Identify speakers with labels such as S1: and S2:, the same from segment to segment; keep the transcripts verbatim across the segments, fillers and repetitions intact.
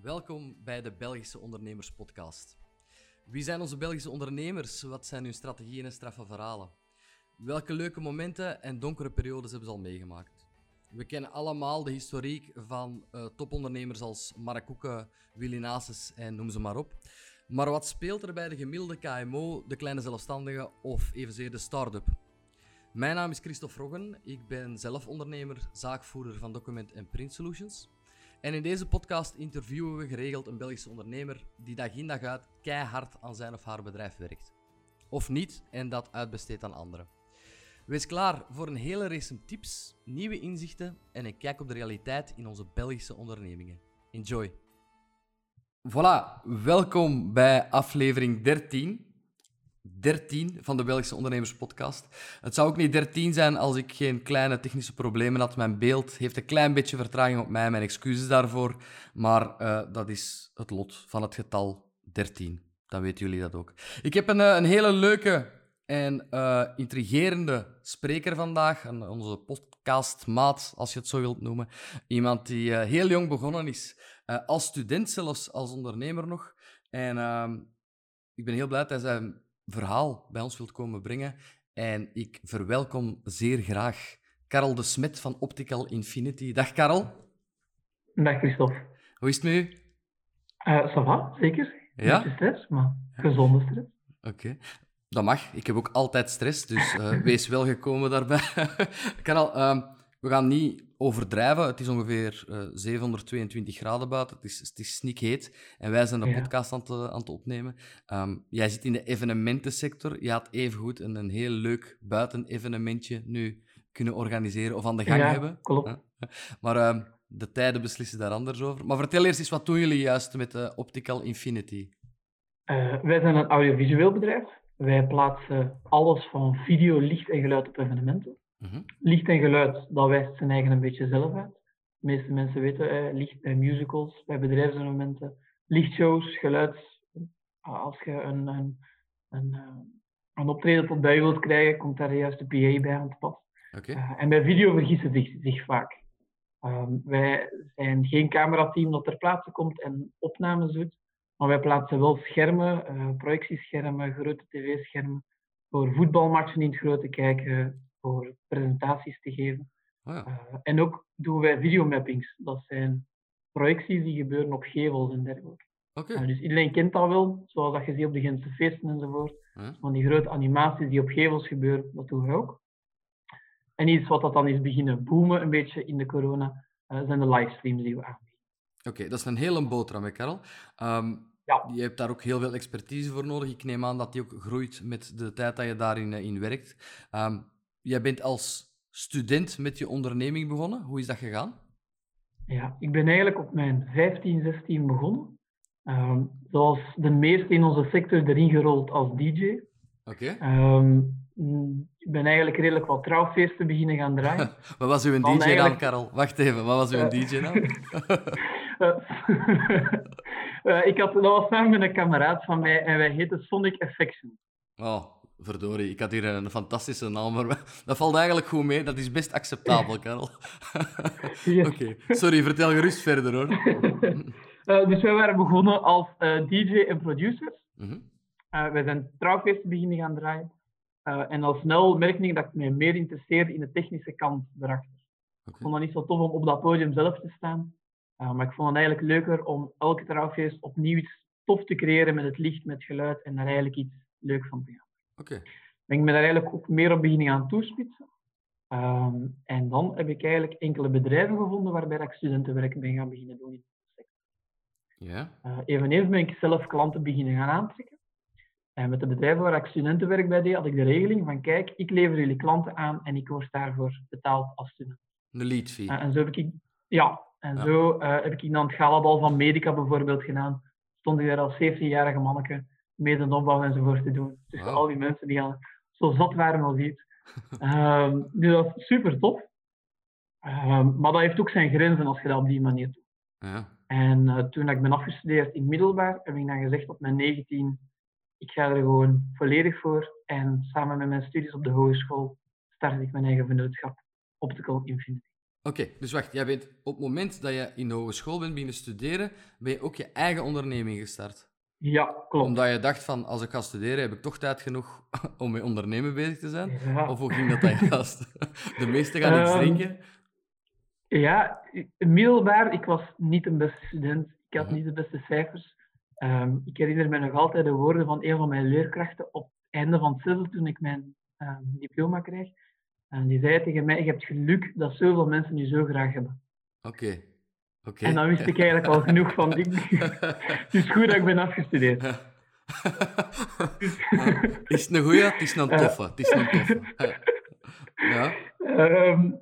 S1: Welkom bij de Belgische Ondernemers Podcast. Wie zijn onze Belgische ondernemers? Wat zijn hun strategieën en straffe verhalen? Welke leuke momenten en donkere periodes hebben ze al meegemaakt? We kennen allemaal de historiek van uh, topondernemers als Mark Koeken, Willy Nases en noem ze maar op. Maar wat speelt er bij de gemiddelde K M O, de kleine zelfstandige of evenzeer de start-up? Mijn naam is Christophe Roggen, ik ben zelf ondernemer, zaakvoerder van Document en Print Solutions. En in deze podcast interviewen we geregeld een Belgische ondernemer die dag in dag uit keihard aan zijn of haar bedrijf werkt. Of niet en dat uitbesteedt aan anderen. Wees klaar voor een hele race tips, nieuwe inzichten en een kijk op de realiteit in onze Belgische ondernemingen. Enjoy! Voilà, welkom bij aflevering dertien. dertien van de Belgische Ondernemers Podcast. Het zou ook niet dertien zijn als ik geen kleine technische problemen had. Mijn beeld heeft een klein beetje vertraging op mij, mijn excuses daarvoor. Maar uh, dat is het lot van het getal dertien. Dan weten jullie dat ook. Ik heb een, een hele leuke en uh, intrigerende spreker vandaag. Een, onze podcastmaat, als je het zo wilt noemen. Iemand die uh, heel jong begonnen is. Uh, als student zelfs, als ondernemer nog. En uh, ik ben heel blij dat hij zijn verhaal bij ons wilt komen brengen. En ik verwelkom zeer graag Karel de Smet van Optical Infinity. Dag Karel.
S2: Dag Christophe.
S1: Hoe is het met u?
S2: Uh, ça va, zeker.
S1: Ja?
S2: Beetje stress, maar gezonde stress.
S1: Oké. Okay. Dat mag. Ik heb ook altijd stress, dus uh, wees welgekomen daarbij. Karel, uh, we gaan niet overdrijven. Het is ongeveer uh, zevenhonderdtweeëntwintig graden buiten. Het is, het is snikheet. En wij zijn een
S2: Ja.
S1: podcast aan, te, aan het opnemen. Um, jij zit in de evenementensector. Je had evengoed een, een heel leuk buitenevenementje nu kunnen organiseren of aan de gang
S2: Ja,
S1: hebben.
S2: klopt.
S1: Huh? Maar uh, de tijden beslissen daar anders over. Maar vertel eerst eens, wat doen jullie juist met uh, Optical Infinity?
S2: Uh, wij zijn een audiovisueel bedrijf. Wij plaatsen alles van video, licht en geluid op evenementen.
S1: Mm-hmm.
S2: Licht en geluid, dat wijst zijn eigen een beetje zelf uit. De meeste mensen weten, eh, licht bij musicals, bij bedrijfsevenementen, lichtshows, geluid. Als je een, een, een, een optreden tot bij je wilt krijgen, komt daar juist de P A bij aan te pas.
S1: Okay.
S2: Uh, en bij video vergissen zich, zich vaak. Um, wij zijn geen camerateam dat ter plaatse komt en opnames doet, maar wij plaatsen wel schermen, uh, projectieschermen, grote tv-schermen, voor voetbalmatchen in het groot te kijken, voor presentaties te geven.
S1: Oh ja.
S2: Uh, en ook doen wij videomappings. Dat zijn projecties die gebeuren op gevels en dergelijke.
S1: Okay.
S2: Uh, dus iedereen kent dat wel, zoals dat je ziet op de Gentse feesten enzovoort.
S1: Huh?
S2: Van die grote animaties die op gevels gebeuren, dat doen we ook. En iets wat dat dan is beginnen boomen, een beetje in de corona, uh, zijn de livestreams die we aanbieden.
S1: Oké, okay, dat is een hele boterham, hè, Karel. Um,
S2: ja.
S1: Je hebt daar ook heel veel expertise voor nodig. Ik neem aan dat die ook groeit met de tijd dat je daarin in werkt. Um, jij bent als student met je onderneming begonnen. Hoe is dat gegaan?
S2: Ja, ik ben eigenlijk op mijn vijftien, zestien begonnen. Um, zoals de meesten in onze sector erin gerold als D J.
S1: Oké.
S2: Okay. Um, ik ben eigenlijk redelijk wat trouwfeesten beginnen gaan draaien.
S1: Wat was uw D J-naam, eigenlijk... Karel? Wacht even, wat was uw uh, D J-naam?
S2: uh, ik had, dat was samen met een kameraad van mij en wij heten Sonic Affection.
S1: Oh, verdorie. Ik had hier een fantastische naam, maar dat valt eigenlijk goed mee. Dat is best acceptabel, Karel.
S2: Yes.
S1: Oké, okay. Sorry, vertel gerust verder, hoor.
S2: uh, dus wij waren begonnen als uh, D J en producers.
S1: Mm-hmm.
S2: Uh, wij zijn trouwfeesten beginnen gaan draaien. Uh, en al snel merkte ik dat ik mij meer interesseerde in de technische kant erachter. Okay. Ik vond het niet zo tof om op dat podium zelf te staan. Uh, maar ik vond het eigenlijk leuker om elke trouwfeest opnieuw iets tof te creëren met het licht, met het geluid en daar eigenlijk iets leuk van te gaan.
S1: Oké.
S2: Okay. Ben ik me daar eigenlijk ook meer op beginnen gaan toespitsen. Um, en dan heb ik eigenlijk enkele bedrijven gevonden waarbij ik studentenwerk ben gaan beginnen doen in de sector.
S1: Ja.
S2: Uh, eveneens ben ik zelf klanten beginnen gaan aantrekken. En met de bedrijven waar ik studentenwerk bij deed, had ik de regeling van kijk, ik lever jullie klanten aan en ik word daarvoor betaald als student.
S1: Een lead fee.
S2: Uh, en zo heb ik, ja, en
S1: ja.
S2: zo uh, heb ik dan het galabal van Medica bijvoorbeeld gedaan. Stond ik daar als zeventienjarige manneke mee de opbouw enzovoort te doen. Dus wow. Al die mensen die al zo zat waren als iets. um, dus dat is super tof. Um, maar dat heeft ook zijn grenzen als je dat op die manier doet.
S1: Ja.
S2: En uh, toen ik ben afgestudeerd in middelbaar, heb ik dan gezegd op mijn negentien, ik ga er gewoon volledig voor. En samen met mijn studies op de hogeschool startte ik mijn eigen vennootschap, Optical Infinity.
S1: Oké, okay, dus wacht. Jij bent, op het moment dat je in de hogeschool bent beginnen studeren, ben je ook je eigen onderneming gestart?
S2: Ja, klopt.
S1: Omdat je dacht van, als ik ga studeren, heb ik toch tijd genoeg om met ondernemen bezig te zijn?
S2: Ja.
S1: Of hoe ging dat dan juist? De meesten gaan iets drinken?
S2: Um, ja, middelbaar, ik was niet de beste student. Ik had uh-huh. niet de beste cijfers. Um, ik herinner me nog altijd de woorden van een van mijn leerkrachten op het einde van het zesde, toen ik mijn uh, diploma kreeg. En die zei tegen mij, je hebt geluk dat zoveel mensen je zo graag hebben.
S1: Oké. Okay. Okay.
S2: En dan wist ik eigenlijk al genoeg van, ik, het is goed dat ik ben afgestudeerd.
S1: Ja. Ja. Is het een goeie? Het is een toffe. Het is een toffe. Ja.
S2: Um,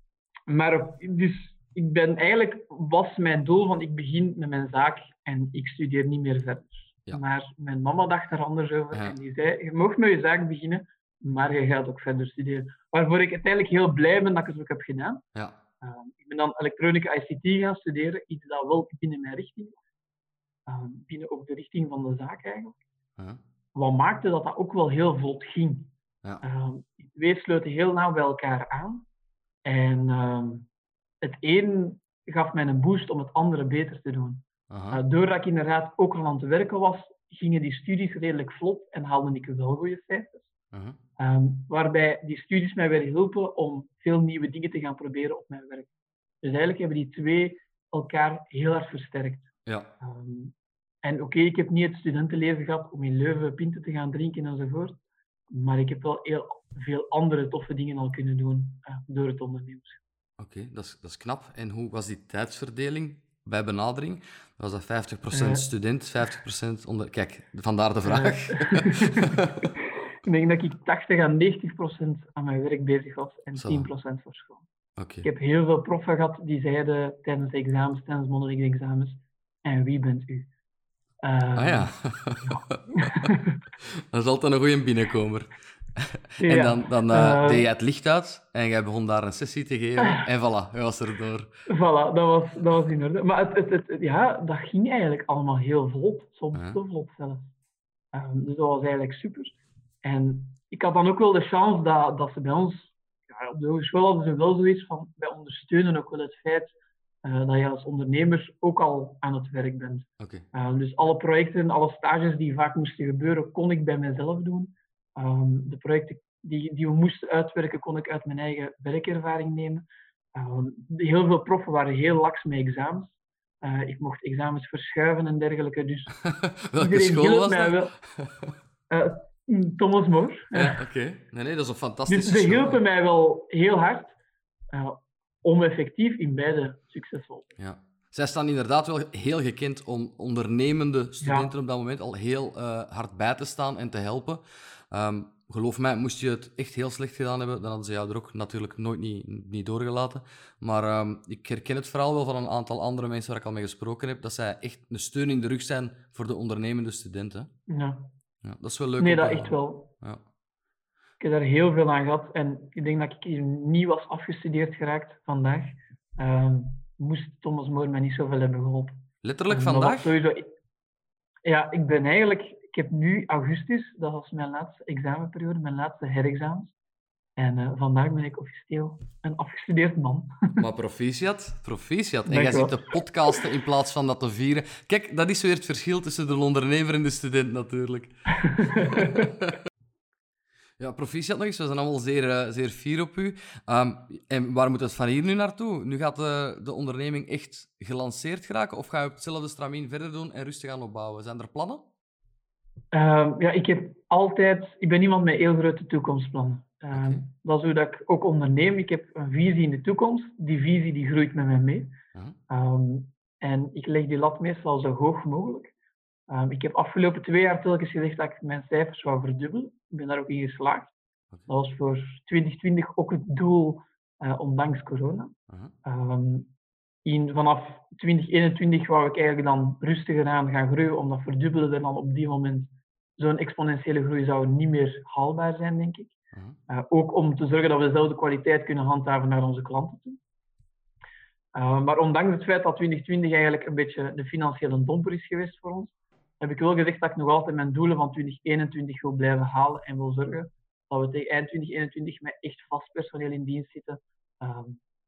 S2: maar dus, ik ben eigenlijk, was mijn doel van, ik begin met mijn zaak en ik studeer niet meer verder. Ja. Maar mijn mama dacht er anders over ja. en die zei, je mag met je zaak beginnen, maar je gaat ook verder studeren. Waarvoor ik uiteindelijk heel blij ben dat ik het ook heb gedaan.
S1: Ja.
S2: Uh, ik ben dan elektronica I C T gaan studeren, iets dat wel binnen mijn richting was. Uh, binnen ook de richting van de zaak eigenlijk.
S1: Uh-huh.
S2: Wat maakte dat dat ook wel heel vlot ging.
S1: Ja.
S2: Uh, die twee sloten heel nauw bij elkaar aan. En uh, het een gaf mij een boost om het andere beter te doen.
S1: Uh-huh.
S2: Uh, doordat ik inderdaad ook al aan het werken was, gingen die studies redelijk vlot en haalde ik wel goede cijfers.
S1: Uh-huh.
S2: Um, waarbij die studies mij weer hielpen om veel nieuwe dingen te gaan proberen op mijn werk. Dus eigenlijk hebben die twee elkaar heel erg versterkt.
S1: Ja.
S2: Um, en oké, okay, ik heb niet het studentenleven gehad om in Leuven pinten te gaan drinken enzovoort. Maar ik heb wel heel veel andere toffe dingen al kunnen doen uh, door het ondernemerschap.
S1: Oké, okay, dat is, dat is knap. En hoe was die tijdsverdeling bij benadering? Was dat vijftig procent uh, student, vijftig procent onder... Kijk, vandaar de vraag.
S2: Uh, ik denk dat ik tachtig à negentig procent aan mijn werk bezig was en
S1: Zo.
S2: tien procent voor school.
S1: Okay.
S2: Ik heb heel veel proffen gehad die zeiden tijdens de examens, tijdens mondelinge examens, en wie bent u?
S1: Uh, ah ja. ja. Dat is altijd een goeie binnenkomer. Ja. En dan, dan uh, uh, deed je het licht uit en jij begon daar een sessie te geven uh, en voilà, je was er door.
S2: Voilà, dat was, dat was in orde. Maar het, het, het, ja, dat ging eigenlijk allemaal heel vlot, soms uh. te vlot zelfs. Um, dus dat was eigenlijk super. En ik had dan ook wel de chance dat, dat ze bij ons, ja, op de hogeschool hadden ze wel zoiets van, wij ondersteunen ook wel het feit uh, dat je als ondernemer ook al aan het werk bent.
S1: Okay.
S2: Uh, dus alle projecten, alle stages die vaak moesten gebeuren, kon ik bij mezelf doen. Um, de projecten die, die we moesten uitwerken, kon ik uit mijn eigen werkervaring nemen. Um, heel veel proffen waren heel laks met examens. Uh, ik mocht examens verschuiven en dergelijke. Dus
S1: welke school was dat?
S2: Wel, uh, Thomas More.
S1: Ja, oké. Okay. Nee, nee, dat is een fantastische
S2: Dus ze
S1: school.
S2: hielpen mij wel heel hard uh, om effectief in beide succesvol te zijn.
S1: Ja. Zij staan inderdaad wel heel gekend om ondernemende studenten ja. op dat moment al heel uh, hard bij te staan en te helpen. Um, geloof mij, moest je het echt heel slecht gedaan hebben, dan hadden ze jou er ook natuurlijk nooit niet, niet doorgelaten. Maar um, ik herken het verhaal wel van een aantal andere mensen waar ik al mee gesproken heb, dat zij echt een steun in de rug zijn voor de ondernemende studenten.
S2: Ja.
S1: Ja, dat is wel leuk.
S2: Nee, dat echt wel.
S1: Ja.
S2: Ik heb daar heel veel aan gehad en ik denk dat ik hier niet was afgestudeerd geraakt vandaag. Um, moest Thomas More mij niet zoveel hebben geholpen.
S1: Letterlijk um, vandaag?
S2: Sowieso... Ja, ik ben eigenlijk... Ik heb nu augustus, dat was mijn laatste examenperiode, mijn laatste herexamens. En uh, vandaag ben ik officieel een afgestudeerd man.
S1: Maar proficiat, proficiat. En jij zit te podcasten in plaats van dat te vieren. Kijk, dat is weer het verschil tussen de ondernemer en de student natuurlijk. Ja, proficiat nog eens. We zijn allemaal zeer, uh, zeer fier op u. Um, en waar moet het van hier nu naartoe? Nu gaat de, de onderneming echt gelanceerd geraken? Of ga je op hetzelfde stramien verder doen en rustig aan opbouwen? Zijn er plannen?
S2: Uh, ja, ik heb altijd... Ik ben iemand met heel grote toekomstplannen. Uh, okay. Dat is hoe dat ik ook onderneem. Ik heb een visie in de toekomst. Die visie die groeit met mij mee. Uh-huh. Um, en ik leg die lat meestal zo hoog mogelijk. Um, ik heb afgelopen twee jaar telkens gezegd dat ik mijn cijfers wou verdubbelen. Ik ben daar ook in geslaagd. Okay. Dat was voor twintig twintig ook het doel, uh, ondanks corona. Uh-huh. Um, in, vanaf twintig eenentwintig wou ik eigenlijk dan rustiger aan gaan groeien, omdat verdubbelen er dan op die moment zo'n exponentiële groei zou niet meer haalbaar zijn, denk ik. Uh-huh. Uh, ook om te zorgen dat we dezelfde kwaliteit kunnen handhaven naar onze klanten toe. Uh, maar ondanks het feit dat twintig twintig eigenlijk een beetje de financiële domper is geweest voor ons, heb ik wel gezegd dat ik nog altijd mijn doelen van twintig eenentwintig wil blijven halen en wil zorgen dat we tegen eind twintig eenentwintig met echt vast personeel in dienst zitten. Um,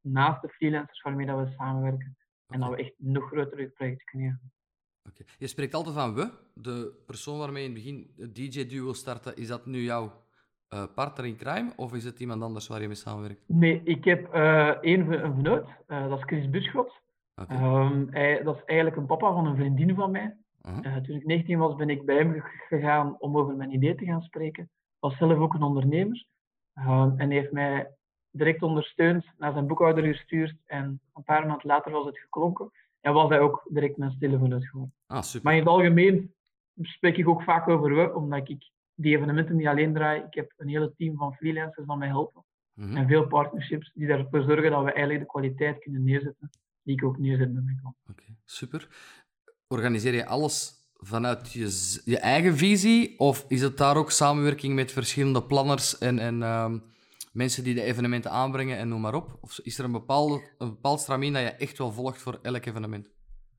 S2: naast de freelancers waarmee dat we samenwerken. En
S1: Oké.
S2: dat we echt nog grotere projecten kunnen hebben.
S1: Oké. Je spreekt altijd van we. De persoon waarmee je in het begin het D J-duo startte, is dat nu jouw eh, partner in crime of is het iemand anders waar je mee samenwerkt?
S2: Nee, ik heb eh één v- een venoot, eh, dat is Chris Buschot.
S1: Oké.
S2: Ehm, hij, dat is eigenlijk een papa van een vriendin van mij.
S1: Uh-huh.
S2: Eh, toen ik negentien was, ben ik bij hem ge- gegaan om over mijn idee te gaan spreken. Was zelf ook een ondernemer. Ehm, en hij heeft mij direct ondersteund, naar zijn boekhouder gestuurd. En een paar maanden later was het geklonken. En was hij ook direct mijn stille venoot geworden.
S1: Ah, super.
S2: Maar in het algemeen spreek ik ook vaak over we, omdat ik die evenementen niet alleen draai. Ik heb een hele team van freelancers dat mij helpen.
S1: Mhm.
S2: En veel partnerships die ervoor zorgen dat we eigenlijk de kwaliteit kunnen neerzetten die ik ook neerzet met mijn klant.
S1: Oké, super. Organiseer je alles vanuit je, z- je eigen visie of is het daar ook samenwerking met verschillende planners en, en ehm, mensen die de evenementen aanbrengen en noem maar op? Of is er een, bepaalde, een bepaald stramien dat je echt wel volgt voor elk evenement?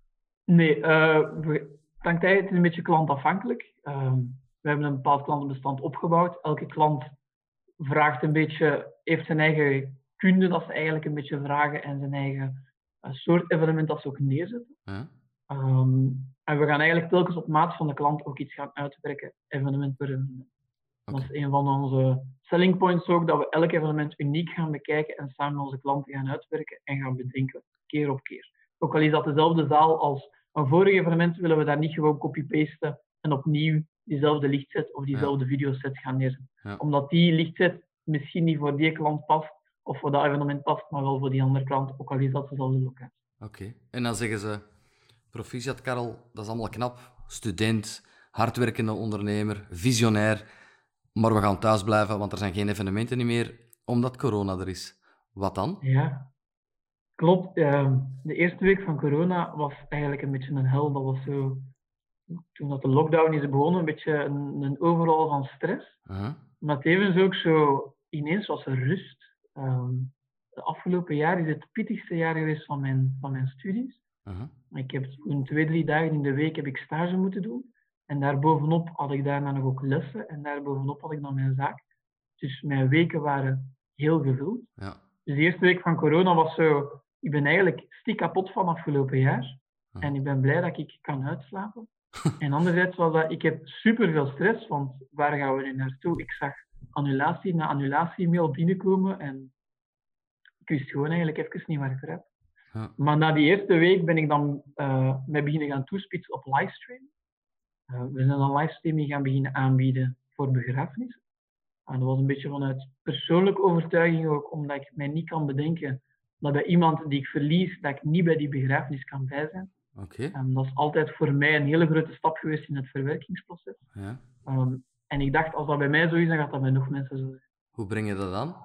S2: Nee, uh, we, dankzij het is een beetje klantafhankelijk. Uh, we hebben een bepaald klantenbestand opgebouwd. Elke klant vraagt een beetje, heeft zijn eigen kunde dat ze eigenlijk een beetje vragen en zijn eigen uh, soort evenement dat ze ook neerzetten.
S1: Ja.
S2: Um, en we gaan eigenlijk telkens op maat van de klant ook iets gaan uitwerken, evenement per evenement. Okay. Dat is een van onze selling points ook, dat we elk evenement uniek gaan bekijken en samen met onze klanten gaan uitwerken en gaan bedenken, keer op keer. Ook al is dat dezelfde zaal als een vorig evenement, willen we daar niet gewoon copy-pasten en opnieuw diezelfde lichtset of diezelfde ja. videoset gaan neerzetten. Ja. Omdat die lichtset misschien niet voor die klant past of voor dat evenement past, maar wel voor die andere klant, ook al is dat dezelfde locatie.
S1: Oké, okay. En dan zeggen ze, proficiat Karel, dat is allemaal knap, student, hardwerkende ondernemer, visionair, maar we gaan thuis blijven, want er zijn geen evenementen niet meer, omdat corona er is. Wat dan?
S2: Ja, klopt. De eerste week van corona was eigenlijk een beetje een hel. Dat was zo, toen dat de lockdown is begonnen, een beetje een, een overal van stress. Uh-huh. Maar tevens ook zo, ineens was er rust. Um, de afgelopen jaar is het pittigste jaar geweest van mijn, van mijn studies. Uh-huh. Ik heb toen twee, drie dagen in de week heb ik stage moeten doen. En daarbovenop had ik daarna nog ook lessen. En daarbovenop had ik dan mijn zaak. Dus mijn weken waren heel gevuld.
S1: Ja.
S2: Dus de eerste week van corona was zo... Ik ben eigenlijk stiek kapot van afgelopen jaar. Uh-huh. En ik ben blij dat ik kan uitslapen. En anderzijds was dat... Ik heb super veel stress, want waar gaan we nu naartoe? Ik zag annulatie na annulatie-mail binnenkomen. En ik wist gewoon eigenlijk even niet waar ik voor heb. Ja. Maar na die eerste week ben ik dan uh, mee beginnen gaan toespitsen op livestream. Uh, we zijn dan livestreaming gaan beginnen aanbieden voor begrafenissen. Uh, dat was een beetje vanuit persoonlijke overtuiging ook, omdat ik mij niet kan bedenken dat bij iemand die ik verlies, dat ik niet bij die begrafenis kan bij zijn.
S1: Okay.
S2: Um, dat is altijd voor mij een hele grote stap geweest in het verwerkingsproces.
S1: Ja.
S2: Um, en ik dacht, als dat bij mij zo is, dan gaat dat bij nog mensen zo zijn.
S1: Hoe breng je dat aan?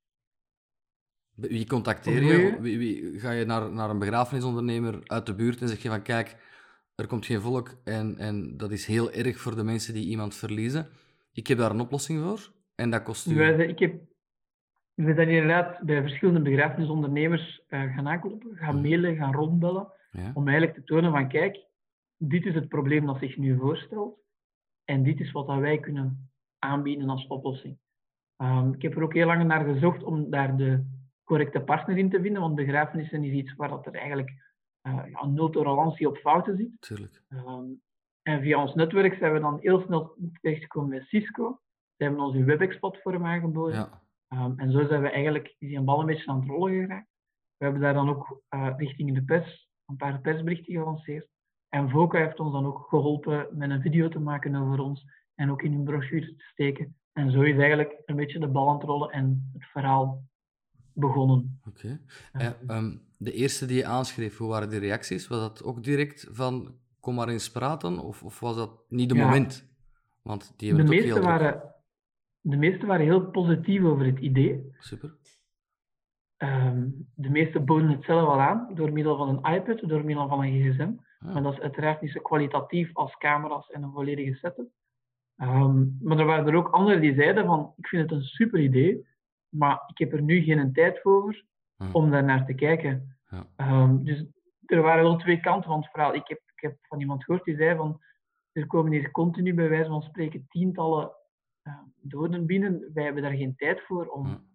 S1: Wie contacteer je? Wie, wie, ga je naar, naar een begrafenisondernemer uit de buurt en zeg je van kijk, er komt geen volk en, en dat is heel erg voor de mensen die iemand verliezen. Ik heb daar een oplossing voor en dat kost u...
S2: Wij, ik heb, we zijn inderdaad bij verschillende begrafenisondernemers uh, gaan aankloppen, gaan mailen, gaan rondbellen, ja. Om eigenlijk te tonen van kijk, dit is het probleem dat zich nu voorstelt en dit is wat dat wij kunnen aanbieden als oplossing. Um, ik heb er ook heel lang naar gezocht om daar de correcte partner in te vinden, want begrafenissen is iets waar dat er eigenlijk uh, ja, nul tolerantie op fouten zit.
S1: Tuurlijk.
S2: Um, en via ons netwerk zijn we dan heel snel terechtgekomen bij Cisco. Ze hebben ons een WebEx-platform aangeboden. Ja. Um, en zo zijn we eigenlijk is die een bal een beetje aan het rollen geraakt. We hebben daar dan ook uh, richting de pers een paar persberichten gelanceerd. En Voca heeft ons dan ook geholpen met een video te maken over ons en ook in hun brochure te steken. En zo is eigenlijk een beetje de bal aan het rollen en het verhaal begonnen.
S1: Oké. Okay. Uh, um, de eerste die je aanschreef, hoe waren die reacties? Was dat ook direct van kom maar eens praten? Of, of was dat niet de ja. moment? Want die hebben
S2: de,
S1: het ook
S2: meeste
S1: heel
S2: waren, de meeste waren heel positief over het idee.
S1: Super.
S2: Um, de meeste boden het zelf al aan, door middel van een iPad, door middel van een gsm. Ah. Maar dat is uiteraard niet zo kwalitatief als camera's en een volledige setup. Um, maar er waren er ook anderen die zeiden van, ik vind het een super idee, maar ik heb er nu geen tijd voor ah. om daar naar te kijken. Ja. Um, dus er waren wel twee kanten van het verhaal. Ik heb, ik heb van iemand gehoord die zei van, er komen hier continu bij wijze van spreken tientallen uh, doden binnen. Wij hebben daar geen tijd voor om ja.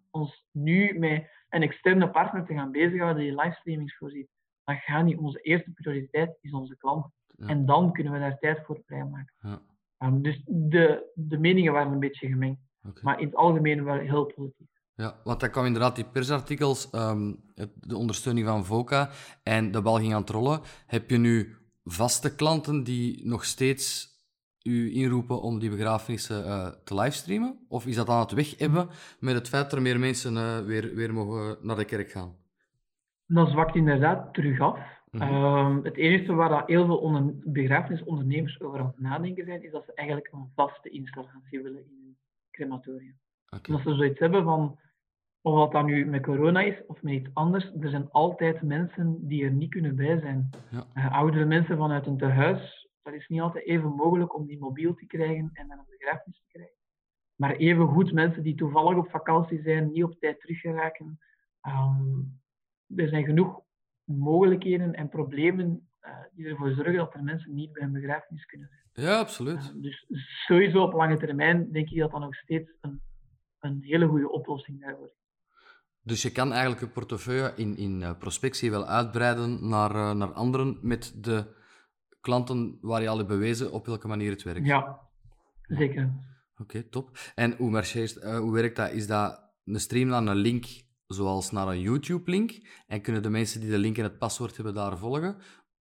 S2: ons nu met een externe partner te gaan bezighouden die livestreamings voorziet. Dat gaat niet. Onze eerste prioriteit is onze klant. Ja. En dan kunnen we daar tijd voor vrijmaken. Ja. Um, dus de, de meningen waren een beetje gemengd. Okay. Maar in het algemeen wel heel positief.
S1: Ja, want dan kwam inderdaad die persartikels, um, de ondersteuning van VOCA en de bal ging aan het rollen. Heb je nu vaste klanten die nog steeds u inroepen om die begrafenissen uh, te livestreamen? Of is dat aan het wegebben met het feit dat er meer mensen uh, weer, weer mogen naar de kerk gaan?
S2: Dat zwakt inderdaad terug af. Mm-hmm. Um, het enige waar dat heel veel onder, begrafenisondernemers over aan het nadenken zijn, is dat ze eigenlijk een vaste installatie willen in een crematorium. Okay. Dat ze zoiets hebben van, of wat dat nu met corona is of met iets anders, er zijn altijd mensen die er niet kunnen bij zijn. Ja. Uh, oudere mensen vanuit een tehuis, dat is niet altijd even mogelijk om die mobiel te krijgen en dan een begrafenis te krijgen. Maar even goed mensen die toevallig op vakantie zijn, niet op tijd teruggeraken. Um, er zijn genoeg mogelijkheden en problemen uh, die ervoor zorgen dat er mensen niet bij een begrafenis kunnen zijn.
S1: Ja, absoluut.
S2: Uh, dus sowieso op lange termijn denk ik dat dat nog steeds een, een hele goede oplossing daarvoor is.
S1: Dus je kan eigenlijk je portefeuille in, in uh, prospectie wel uitbreiden naar, uh, naar anderen met de klanten waar je al hebt bewezen op welke manier het werkt.
S2: Ja, zeker.
S1: Oké, okay, top. En hoe, marcheert, uh, hoe werkt dat? Is dat een stream naar een link zoals naar een YouTube-link? En kunnen de mensen die de link en het paswoord hebben daar volgen?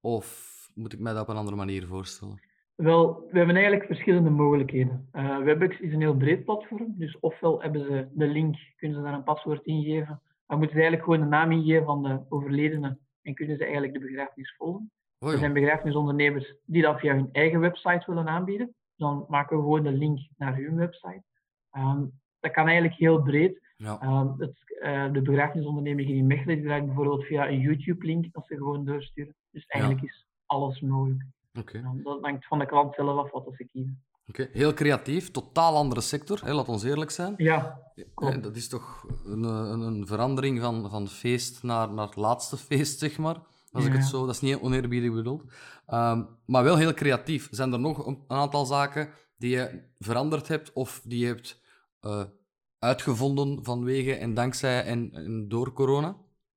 S1: Of moet ik mij dat op een andere manier voorstellen?
S2: Wel, we hebben eigenlijk verschillende mogelijkheden. Uh, WebEx is een heel breed platform, dus ofwel hebben ze de link, kunnen ze daar een paswoord ingeven, dan moeten ze eigenlijk gewoon de naam ingeven van de overledene en kunnen ze eigenlijk de begrafenis volgen. Oh ja. Er zijn begrafenisondernemers die dat via hun eigen website willen aanbieden. Dan maken we gewoon de link naar hun website. Um, dat kan eigenlijk heel breed. Ja. Um, het, uh, de begrafenisonderneming in Mechelen die draait bijvoorbeeld via een YouTube-link dat ze gewoon doorsturen. Dus eigenlijk ja. is alles mogelijk.
S1: Okay.
S2: Um, dat hangt van de klant zelf af wat ze kiezen.
S1: Okay. Heel creatief, totaal andere sector, hè, laat ons eerlijk zijn.
S2: Ja,
S1: klopt. Dat is toch een, een, een verandering van, van feest naar, naar het laatste feest, zeg maar. Als ik ja. het zo, dat is niet oneerbiedig bedoeld. Um, maar wel heel creatief. Zijn er nog een, een aantal zaken die je veranderd hebt of die je hebt uh, uitgevonden vanwege en dankzij en, en door corona?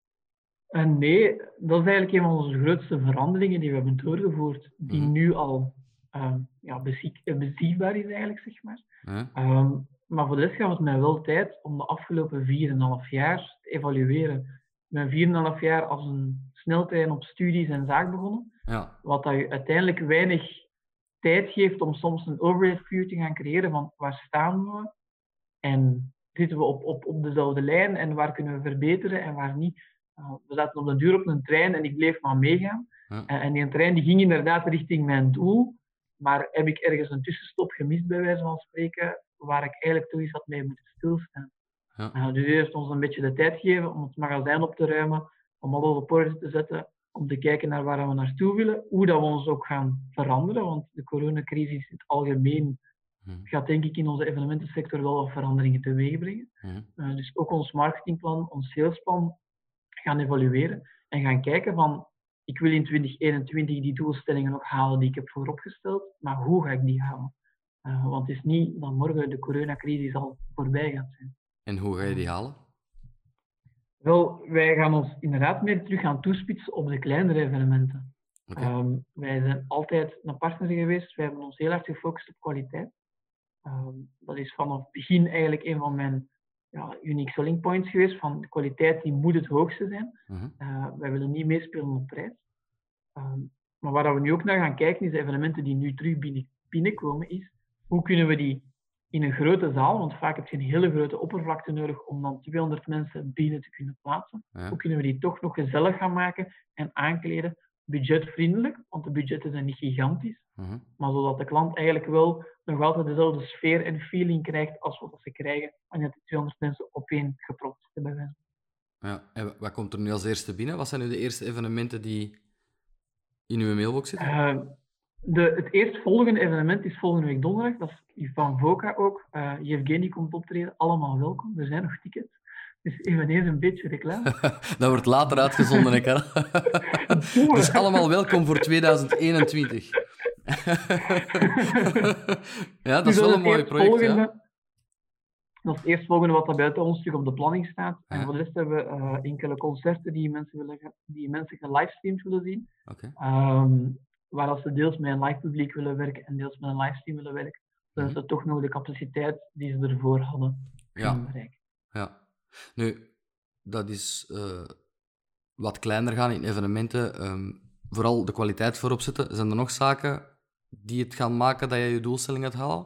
S2: Uh, nee, dat is eigenlijk een van onze grootste veranderingen die we hebben doorgevoerd, die mm. nu al uh, ja, bezie- beziefbaar is eigenlijk, zeg maar. Mm. Um, maar voor de rest gaat het mij wel tijd om de afgelopen vier en een half jaar te evalueren. Ik ben vier en een half jaar als een sneltrein op studies en zaak begonnen. Ja. Wat dat je uiteindelijk weinig tijd geeft om soms een overhead view te gaan creëren van waar staan we en zitten we op, op, op dezelfde lijn en waar kunnen we verbeteren en waar niet. Uh, we zaten op de duur op een trein en ik bleef maar meegaan. Ja. Uh, en die trein die ging inderdaad richting mijn doel, maar heb ik ergens een tussenstop gemist bij wijze van spreken, waar ik eigenlijk toch eens had mee moeten stilstaan. Ja. Uh, dus eerst ons een beetje de tijd geven om het magazijn op te ruimen, om alles op orde te zetten, om te kijken naar waar we naartoe willen, hoe dat we ons ook gaan veranderen, want de coronacrisis in het algemeen hmm. gaat denk ik in onze evenementensector wel wat veranderingen teweeg brengen. Hmm. Uh, dus ook ons marketingplan, ons salesplan gaan evalueren en gaan kijken van, ik wil in twintig eenentwintig die doelstellingen nog halen die ik heb vooropgesteld, maar hoe ga ik die halen? Uh, want het is niet dat morgen de coronacrisis al voorbij gaat zijn.
S1: En hoe ga je die halen?
S2: Wel, wij gaan ons inderdaad meer terug gaan toespitsen op de kleinere evenementen. Okay. Um, wij zijn altijd een partner geweest. Wij hebben ons heel hard gefocust op kwaliteit. Um, dat is vanaf het begin eigenlijk een van mijn ja, unique selling points geweest. Van de kwaliteit die moet het hoogste zijn. Uh-huh. Uh, wij willen niet meespelen op prijs. Um, maar waar we nu ook naar gaan kijken is de evenementen die nu terug binnen, binnenkomen. Is hoe kunnen we die in een grote zaal, want vaak heb je een hele grote oppervlakte nodig om dan tweehonderd mensen binnen te kunnen plaatsen. Ja. Hoe kunnen we die toch nog gezellig gaan maken en aankleden? Budgetvriendelijk, want de budgetten zijn niet gigantisch. Uh-huh. Maar zodat de klant eigenlijk wel nog altijd dezelfde sfeer en feeling krijgt als wat ze krijgen wanneer de tweehonderd mensen opeen gepropt zitten bij wijze.
S1: Ja, en wat komt er nu als eerste binnen? Wat zijn nu de eerste evenementen die in uw mailbox zitten? Uh,
S2: De, het eerstvolgende evenement is volgende week donderdag. Dat is van VOCA ook. Uh, Yevgeny komt optreden. Allemaal welkom. Er zijn nog tickets. Dus eveneens een beetje reclame.
S1: Dat wordt later uitgezonden, hè, Karel. Dus allemaal welkom voor tweeduizend eenentwintig. Ja, dat is wel een mooi project. Ja.
S2: Dat is het eerstvolgende wat er buiten ons terug op de planning staat. En
S1: Ja.
S2: voor de rest hebben we uh, enkele concerten die mensen, willen, die mensen gelivestreamd willen zien.
S1: Okay.
S2: Um, waar als ze deels met een live publiek willen werken en deels met een livestream willen werken, zodat mm-hmm. ze toch nog de capaciteit die ze ervoor hadden kunnen
S1: ja.
S2: bereiken.
S1: Ja. Nu, dat is uh, wat kleiner gaan in evenementen. Um, vooral de kwaliteit voorop zetten. Zijn er nog zaken die het gaan maken dat je je doelstelling gaat halen?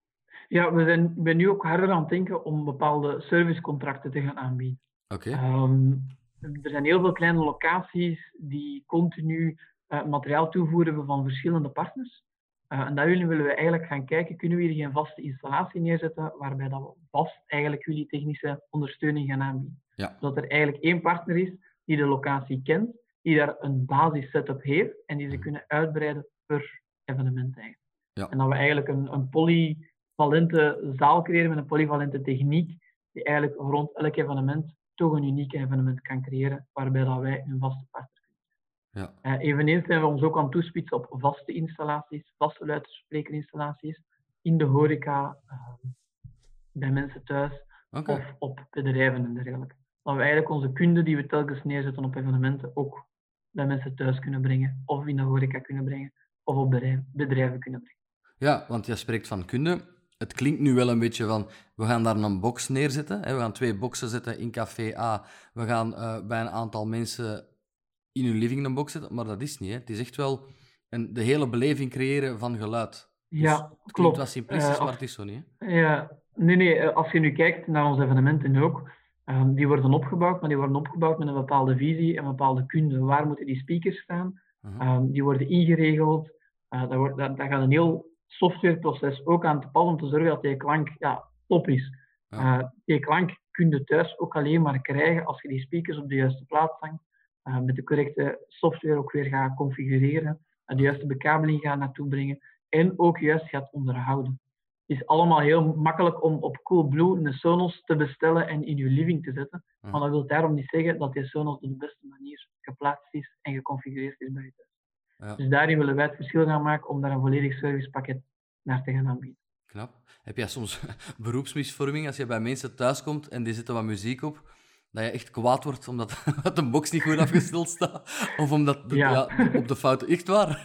S2: Ja, we zijn, we zijn nu ook harder aan het denken om bepaalde servicecontracten te gaan aanbieden.
S1: Oké.
S2: Okay. Um, er zijn heel veel kleine locaties die continu uh, materiaal toevoeren van verschillende partners. Uh, en daarin willen we eigenlijk gaan kijken, kunnen we hier geen vaste installatie neerzetten, waarbij dat we vast eigenlijk jullie technische ondersteuning gaan aanbieden.
S1: Ja.
S2: Zodat er eigenlijk één partner is die de locatie kent, die daar een basis setup heeft en die ze kunnen uitbreiden per evenement eigenlijk.
S1: Ja.
S2: En dat we eigenlijk een, een polyvalente zaal creëren met een polyvalente techniek, die eigenlijk rond elk evenement toch een uniek evenement kan creëren, waarbij dat wij een vaste partner kunnen zijn.
S1: Ja.
S2: Uh, eveneens zijn we ons ook aan het toespitsen op vaste installaties, vaste luidsprekerinstallaties, in de horeca, uh, bij mensen thuis,
S1: okay.
S2: of op bedrijven en dergelijke. Dat we eigenlijk onze kunde die we telkens neerzetten op evenementen ook bij mensen thuis kunnen brengen, of in de horeca kunnen brengen, of op bedrijven kunnen brengen.
S1: Ja, want je spreekt van kunde. Het klinkt nu wel een beetje van, we gaan daar een box neerzetten. Hè? We gaan twee boxen zetten in café A. We gaan uh, bij een aantal mensen in hun living een box zetten. Maar dat is niet. Hè? Het is echt wel een, de hele beleving creëren van geluid.
S2: Ja,
S1: dus het
S2: klopt.
S1: Het was simplistisch,
S2: uh,
S1: maar het is zo niet. Hè?
S2: Ja, nee, nee. Als je nu kijkt naar onze evenementen ook, um, die worden opgebouwd, maar die worden opgebouwd met een bepaalde visie en een bepaalde kunde. Waar moeten die speakers staan? Uh-huh. Um, die worden ingeregeld. Uh, daar, wordt, daar, daar gaat een heel softwareproces ook aan te pas om te zorgen dat die klank ja, top is. Ja. Uh, die klank kun je thuis ook alleen maar krijgen als je die speakers op de juiste plaats hangt, uh, met de correcte software ook weer gaat configureren, uh, de juiste bekabeling gaat naartoe brengen en ook juist gaat onderhouden. Het is allemaal heel makkelijk om op Coolblue een Sonos te bestellen en in je living te zetten, ja. Maar dat wil daarom niet zeggen dat die Sonos op de beste manier geplaatst is en geconfigureerd is bij je thuis. Ja. Dus daarin willen wij het verschil gaan maken om daar een volledig servicepakket naar te gaan aanbieden.
S1: Knap. Heb jij soms beroepsmisvorming als je bij mensen thuis komt en die zetten wat muziek op, dat je echt kwaad wordt omdat de box niet goed afgesteld staat? Of omdat de, ja. Ja, op de fout... Echt waar?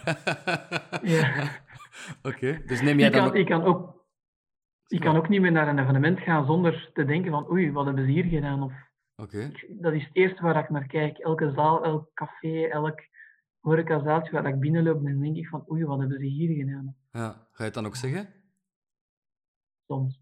S2: Ja.
S1: Oké, okay. Dus neem jij
S2: ik
S1: dan...
S2: Kan, ook... Ik, kan ook, ik kan ook niet meer naar een evenement gaan zonder te denken van oei, wat hebben ze hier gedaan? Of...
S1: Okay.
S2: Dat is het eerste waar ik naar kijk. Elke zaal, elk café, elk... horecazaaltje waar ik binnenloop, dan denk ik van oei, wat hebben ze hier gedaan?
S1: Ja, ga je het dan ook zeggen?
S2: Soms.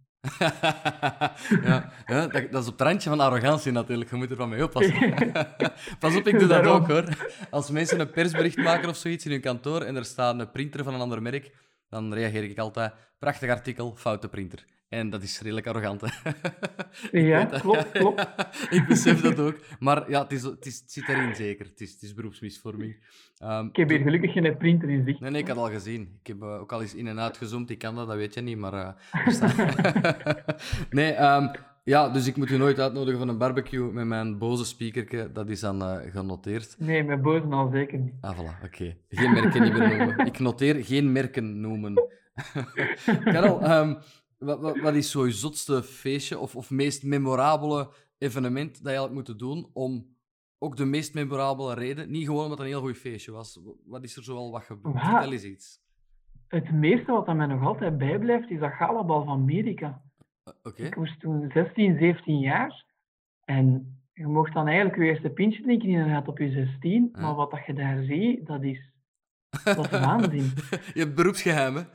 S1: ja, ja dat, dat is op het randje van arrogantie natuurlijk, je moet er van mee oppassen. Pas op, ik doe dat ook hoor. Als mensen een persbericht maken of zoiets in hun kantoor en er staat een printer van een ander merk, dan reageer ik altijd, prachtig artikel, foute printer. En dat is redelijk arrogant, hè?
S2: Ja, klopt, klopt.
S1: Ik besef dat ook. Maar ja, het, is, het, is, het zit erin zeker. Het is, het is beroepsmisvorming. Um,
S2: ik heb hier gelukkig geen printer in zicht.
S1: Nee, nee, ik had al gezien. Ik heb uh, ook al eens in- en uitgezoomd. Ik kan dat, dat weet je niet, maar... Uh, staat... nee, um, ja, dus ik moet u nooit uitnodigen voor een barbecue met mijn boze speakerke. Dat is dan uh, genoteerd.
S2: Nee, met boze al zeker niet.
S1: Ah, voilà, oké. Okay. Geen merken niet meer noemen. Ik noteer geen merken noemen. Karel, um, wat, wat, wat is zo je zotste feestje of, of meest memorabele evenement dat je had moeten doen om ook de meest memorabele reden, niet gewoon omdat het een heel goed feestje was. Wat is er zoal wat gebeurd? Ja, vertel eens iets.
S2: Het meeste wat mij nog altijd bijblijft is dat galabal van Amerika.
S1: Uh, okay.
S2: Ik was toen zestien, zeventien jaar en je mocht dan eigenlijk je eerste pintje drinken inderdaad op je zestien, ja. Maar wat dat je daar ziet, dat is Dat is waanzin.
S1: Je hebt beroepsgeheim, hè?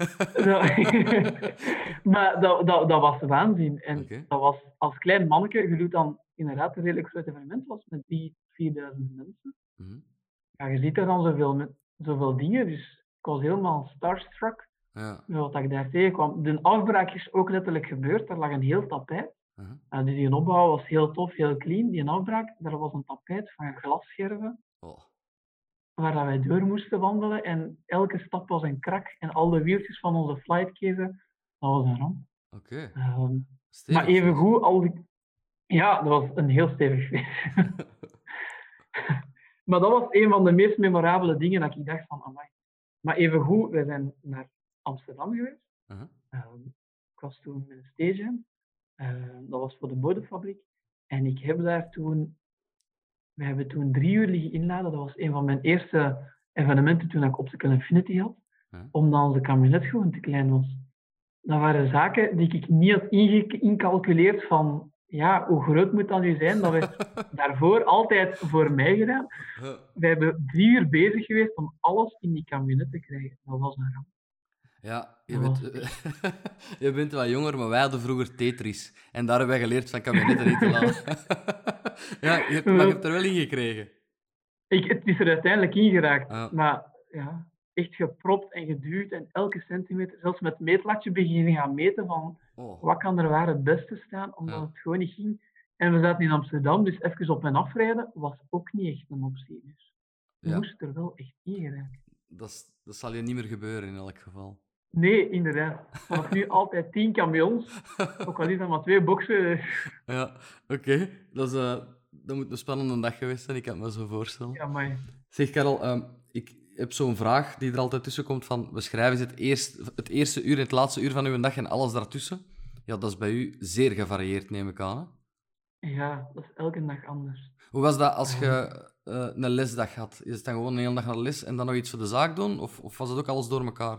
S2: Maar dat, dat, dat was waanzin. En
S1: okay.
S2: dat was als klein manneke, je doet dan inderdaad een redelijk groot evenement, was met die vierduizend mensen.
S1: Mm-hmm.
S2: Ja, je ziet er dan zoveel, zoveel dingen, dus ik was helemaal starstruck
S1: ja.
S2: met wat ik daar tegenkwam. De afbraak is ook letterlijk gebeurd, er lag een heel tapijt. Uh-huh. Uh, dus die opbouw was heel tof, heel clean. Die afbraak, daar was een tapijt van glasscherven.
S1: Oh. Waar
S2: wij door moesten wandelen en elke stap was een krak en al de wieltjes van onze flightkezen, dat was een ramp.
S1: Oké.
S2: Okay. Um, maar evengoed, al die... Ja, dat was een heel stevig feest. Maar dat was een van de meest memorabele dingen dat ik dacht van, amai. Maar evengoed, wij zijn naar Amsterdam geweest.
S1: Uh-huh.
S2: Um, ik was toen met een stage Uh, dat was voor de modefabriek. En ik heb daar toen... We hebben toen drie uur liggen inladen. Dat was een van mijn eerste evenementen toen ik Optical Infinity had. Ja. Omdat onze camionet gewoon te klein was. Dat waren zaken die ik niet had inge- incalculeerd van... Ja, hoe groot moet dat nu zijn? Dat werd daarvoor altijd voor mij gedaan. We hebben drie uur bezig geweest om alles in die camionet te krijgen. Dat was een ramp.
S1: Ja, je bent, je bent wat jonger, maar wij hadden vroeger Tetris. En daar hebben wij geleerd van camionetten niet te laden. Ja, je hebt, maar je hebt er wel in gekregen.
S2: Ik, het is er uiteindelijk ingeraakt. Ja. Maar ja, echt gepropt en geduwd. En elke centimeter, zelfs met het meetlatje beginnen gaan meten van... Oh. Wat kan er waar het beste staan, omdat ja. het gewoon niet ging. En we zaten in Amsterdam, dus even op en afrijden was ook niet echt een optie. Dus je ja. moest er wel echt in geraken.
S1: Dat, dat zal je niet meer gebeuren in elk geval.
S2: Nee, inderdaad. Vanaf nu altijd tien camions, ook al is dat maar twee boxen.
S1: Ja, oké. Okay. Dat, uh, dat moet een spannende dag geweest zijn, ik kan het me zo voorstellen.
S2: Ja, maar...
S1: Zeg, Karel, um, ik heb zo'n vraag die er altijd tussen komt van... Beschrijf eens het, eerst, het eerste uur en het laatste uur van uw dag en alles daartussen. Ja, dat is bij u zeer gevarieerd, neem ik aan, hè?
S2: Ja, dat is elke dag anders.
S1: Hoe was dat als je uh, een lesdag had? Is het dan gewoon een hele dag naar de les en dan nog iets voor de zaak doen? Of, of was het ook alles door elkaar?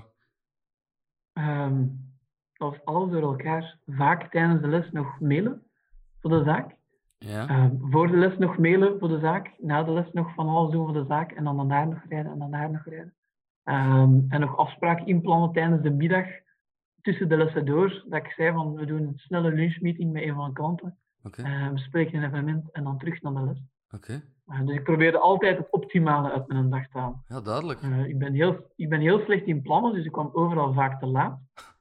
S2: Um, dat was alles door elkaar. Vaak tijdens de les nog mailen voor de zaak.
S1: Ja.
S2: Um, voor de les nog mailen voor de zaak. Na de les nog van alles doen voor de zaak. En dan, dan daar nog rijden en dan daar nog rijden. Um, en nog afspraken inplannen tijdens de middag. Tussen de lessen door. Dat ik zei van, we doen een snelle lunchmeeting met een van de klanten.
S1: Okay.
S2: Uh, we spreken een evenement en dan terug naar de les.
S1: Okay.
S2: Uh, dus ik probeerde altijd het optimale uit mijn dag te halen.
S1: Ja, duidelijk.
S2: Uh, ik, ben heel, ik ben heel slecht in plannen, dus ik kwam overal vaak te laat.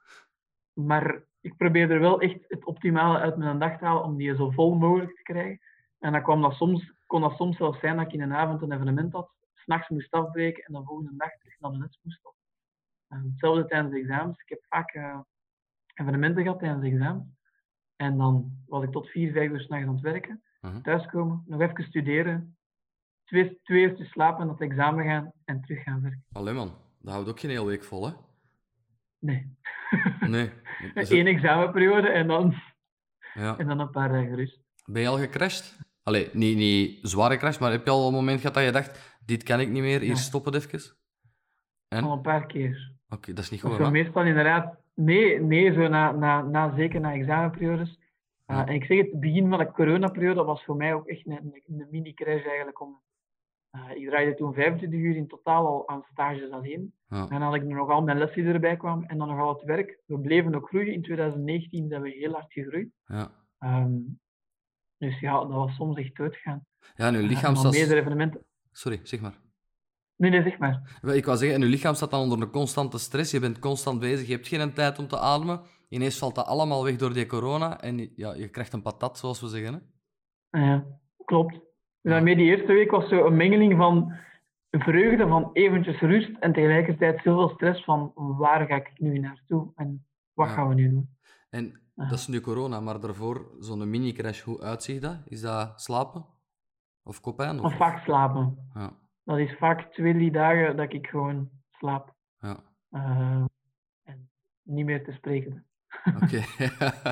S2: Maar ik probeerde wel echt het optimale uit mijn dag te halen om die zo vol mogelijk te krijgen. En dan kwam dat soms, kon dat soms zelfs zijn dat ik in een avond een evenement had, 's nachts moest afbreken en de volgende dag terug naar de les moest op. Uh, hetzelfde tijdens de examens. Ik heb vaak uh, evenementen gehad tijdens de examens. En dan was ik tot vier, vijf uur 's nachts aan het werken. Uh-huh. Thuiskomen, nog even studeren. Twee, twee uur te slapen, naar het examen gaan en terug gaan werken.
S1: Allee man, dat houdt ook geen hele week vol, hè?
S2: Nee.
S1: Nee.
S2: Eén het... examenperiode en dan, ja. en dan een paar dagen rust.
S1: Ben je al gecrashed? Allee, niet, niet zwaar gecrashed, maar heb je al een moment gehad dat je dacht, dit kan ik niet meer, hier ja. stop het even? En?
S2: Al een paar keer.
S1: Oké, okay, dat is niet goed,
S2: hè? Meestal inderdaad, nee, nee zo na, na, na, zeker na examenperiodes. Uh, ja. En ik zeg het, het begin van de coronaperiode was voor mij ook echt een, een, een mini-crash eigenlijk. Om, uh, ik draaide toen vijfentwintig uur in totaal al aan stages alleen. Ja. En dan had ik nog al mijn lessen die erbij kwamen en dan nog al het werk. We bleven ook groeien. In twintig negentien zijn we heel hard gegroeid.
S1: Ja.
S2: Um, dus ja, dat was soms echt doodgaan.
S1: Ja, en uw lichaam staat...
S2: Uh, evenementen...
S1: Sorry, zeg maar.
S2: Nee, nee, zeg maar.
S1: Ik wou zeggen, en uw lichaam staat dan onder een constante stress. Je bent constant bezig, je hebt geen tijd om te ademen. Ineens valt dat allemaal weg door die corona en ja, je krijgt een patat, zoals we zeggen. Hè?
S2: Ja, klopt. Dus daarmee die eerste week was zo een mengeling van vreugde, van eventjes rust en tegelijkertijd zoveel stress van waar ga ik nu naartoe en wat ja. gaan we nu doen.
S1: En ja. dat is nu corona, maar daarvoor zo'n mini-crash, hoe uitziet dat? Is dat slapen? Of kopijn? Of,
S2: of vaak slapen.
S1: Ja.
S2: Dat is vaak twee, drie dagen dat ik gewoon slaap.
S1: Ja.
S2: Uh, en niet meer te spreken.
S1: Oké. Okay.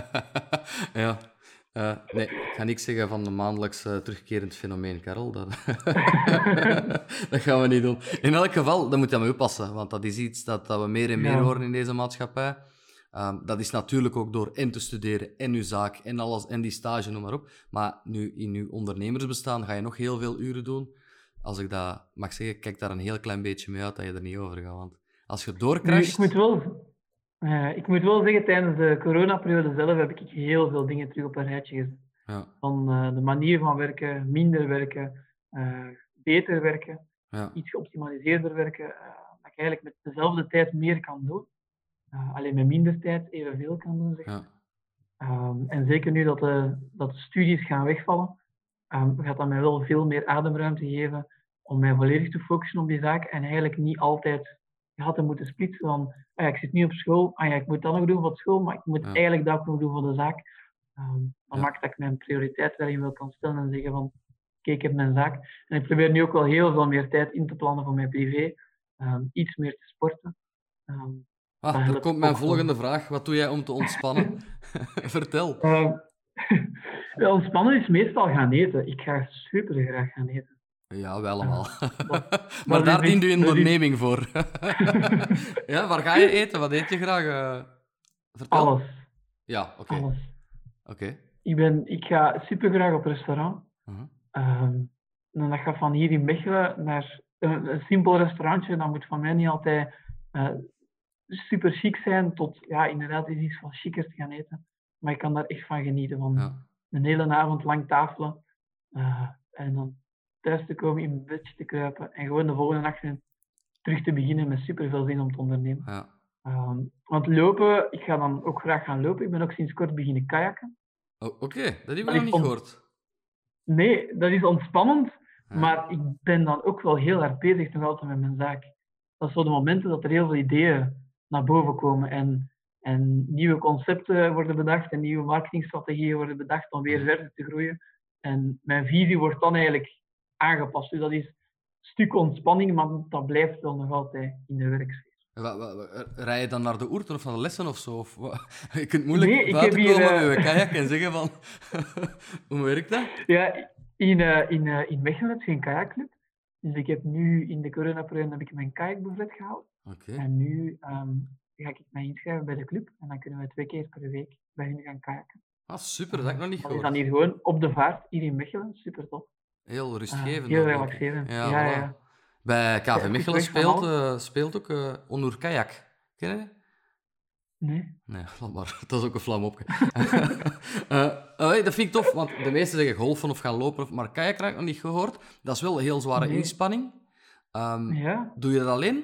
S1: ja. Uh, nee, ik ga niks zeggen van een maandelijks uh, terugkerend fenomeen, Karel. Dat... dat gaan we niet doen. In elk geval, daar moet je mee oppassen, want dat is iets dat, dat we meer en meer ja. horen in deze maatschappij. Um, dat is natuurlijk ook door en te studeren en uw zaak en alles en die stage, noem maar op. Maar nu in uw ondernemersbestaan ga je nog heel veel uren doen. Als ik dat mag zeggen, kijk daar een heel klein beetje mee uit dat je er niet over gaat. Want als je doorcrasht...
S2: Nee, ik moet wel... Uh, ik moet wel zeggen, tijdens de coronaperiode zelf heb ik heel veel dingen terug op een rijtje gezet.
S1: Ja.
S2: Van uh, de manier van werken, minder werken, uh, beter werken,
S1: ja.
S2: iets geoptimaliseerder werken. Uh, dat ik eigenlijk met dezelfde tijd meer kan doen. Uh, alleen met minder tijd evenveel kan doen. Zeg.
S1: Ja.
S2: Um, en zeker nu dat de, dat de studies gaan wegvallen, um, gaat dat mij wel veel meer ademruimte geven om mij volledig te focussen op die zaak en eigenlijk niet altijd had te moeten splitsen van ah ja, ik zit nu op school, ah ja, ik moet dat nog doen voor school, maar ik moet ja. eigenlijk dat ook nog doen voor de zaak. Um, dan ja. maakt dat ik mijn prioriteit daarin wel kan stellen en zeggen van kijk, ik heb mijn zaak. En ik probeer nu ook wel heel veel meer tijd in te plannen voor mijn privé. Um, iets meer te sporten. Um,
S1: Ah, er komt mijn volgende vraag. Wat doe jij om te ontspannen? Vertel.
S2: Uh, ontspannen is meestal gaan eten. Ik ga super graag gaan eten.
S1: Ja, wel allemaal. Uh,
S2: dat,
S1: maar
S2: dat
S1: daar dient u een onderneming
S2: is...
S1: voor. Ja, waar ga je eten? Wat eet je graag? Uh, vertel.
S2: Alles.
S1: Ja, oké.
S2: Okay.
S1: Oké. Okay.
S2: Ik, ben, ik ga super graag op restaurant. Uh-huh. Um, en dat gaat van hier in Mechelen naar een, een simpel restaurantje. Dat moet van mij niet altijd uh, super chic zijn, tot ja, inderdaad is iets van chiquer te gaan eten. Maar ik kan daar echt van genieten. Van ja. Een hele avond lang tafelen. Uh, en dan thuis te komen, in mijn bedje te kruipen. En gewoon de volgende nacht terug te beginnen met super veel zin om te ondernemen.
S1: Ja.
S2: Um, want lopen, ik ga dan ook graag gaan lopen. Ik ben ook sinds kort beginnen kajakken.
S1: Oh, Oké, okay. Dat heb ik nog niet ont... gehoord.
S2: Nee, dat is ontspannend. Ja. Maar ik ben dan ook wel heel erg bezig nog altijd met mijn zaak. Dat is zo de momenten dat er heel veel ideeën naar boven komen. En, en nieuwe concepten worden bedacht en nieuwe marketingstrategieën worden bedacht om weer verder te groeien. En mijn visie wordt dan eigenlijk aangepast. Dus dat is een stuk ontspanning, maar dat blijft wel nog altijd in de werksfeer.
S1: Wat, wat, wat, rij je dan naar de oerten of naar de lessen of zo? Of, je kunt moeilijk
S2: nee,
S1: buiten komen
S2: hier, uh...
S1: met je kajak en zeggen van... Hoe werkt dat?
S2: Ja, in, uh, in, uh, in Mechelen heb je geen kajakclub. Dus ik heb nu in de coronaperiode heb ik mijn kajakbuffet gehouden.
S1: Okay.
S2: En nu um, ga ik mij inschrijven bij de club. En dan kunnen we twee keer per week bij hen gaan kajakken.
S1: Ah, super. Dat heb ik nog niet gehoord.
S2: Dat is dan hier gewoon op de vaart, hier in Mechelen. Super tof.
S1: Heel rustgevend.
S2: Uh, heel relaxerend.
S1: Ja,
S2: ja,
S1: voilà.
S2: ja.
S1: Bij K V Mechelen speelt, uh, speelt ook uh, Onur Kajak. Ken je?
S2: Nee.
S1: Nee, laat maar. Dat is ook een vlam op. uh, uh, dat vind ik tof, want de meesten zeggen golfen of gaan lopen, maar kajak heb ik nog niet gehoord. Dat is wel een heel zware nee. inspanning. Um,
S2: ja.
S1: Doe je dat alleen?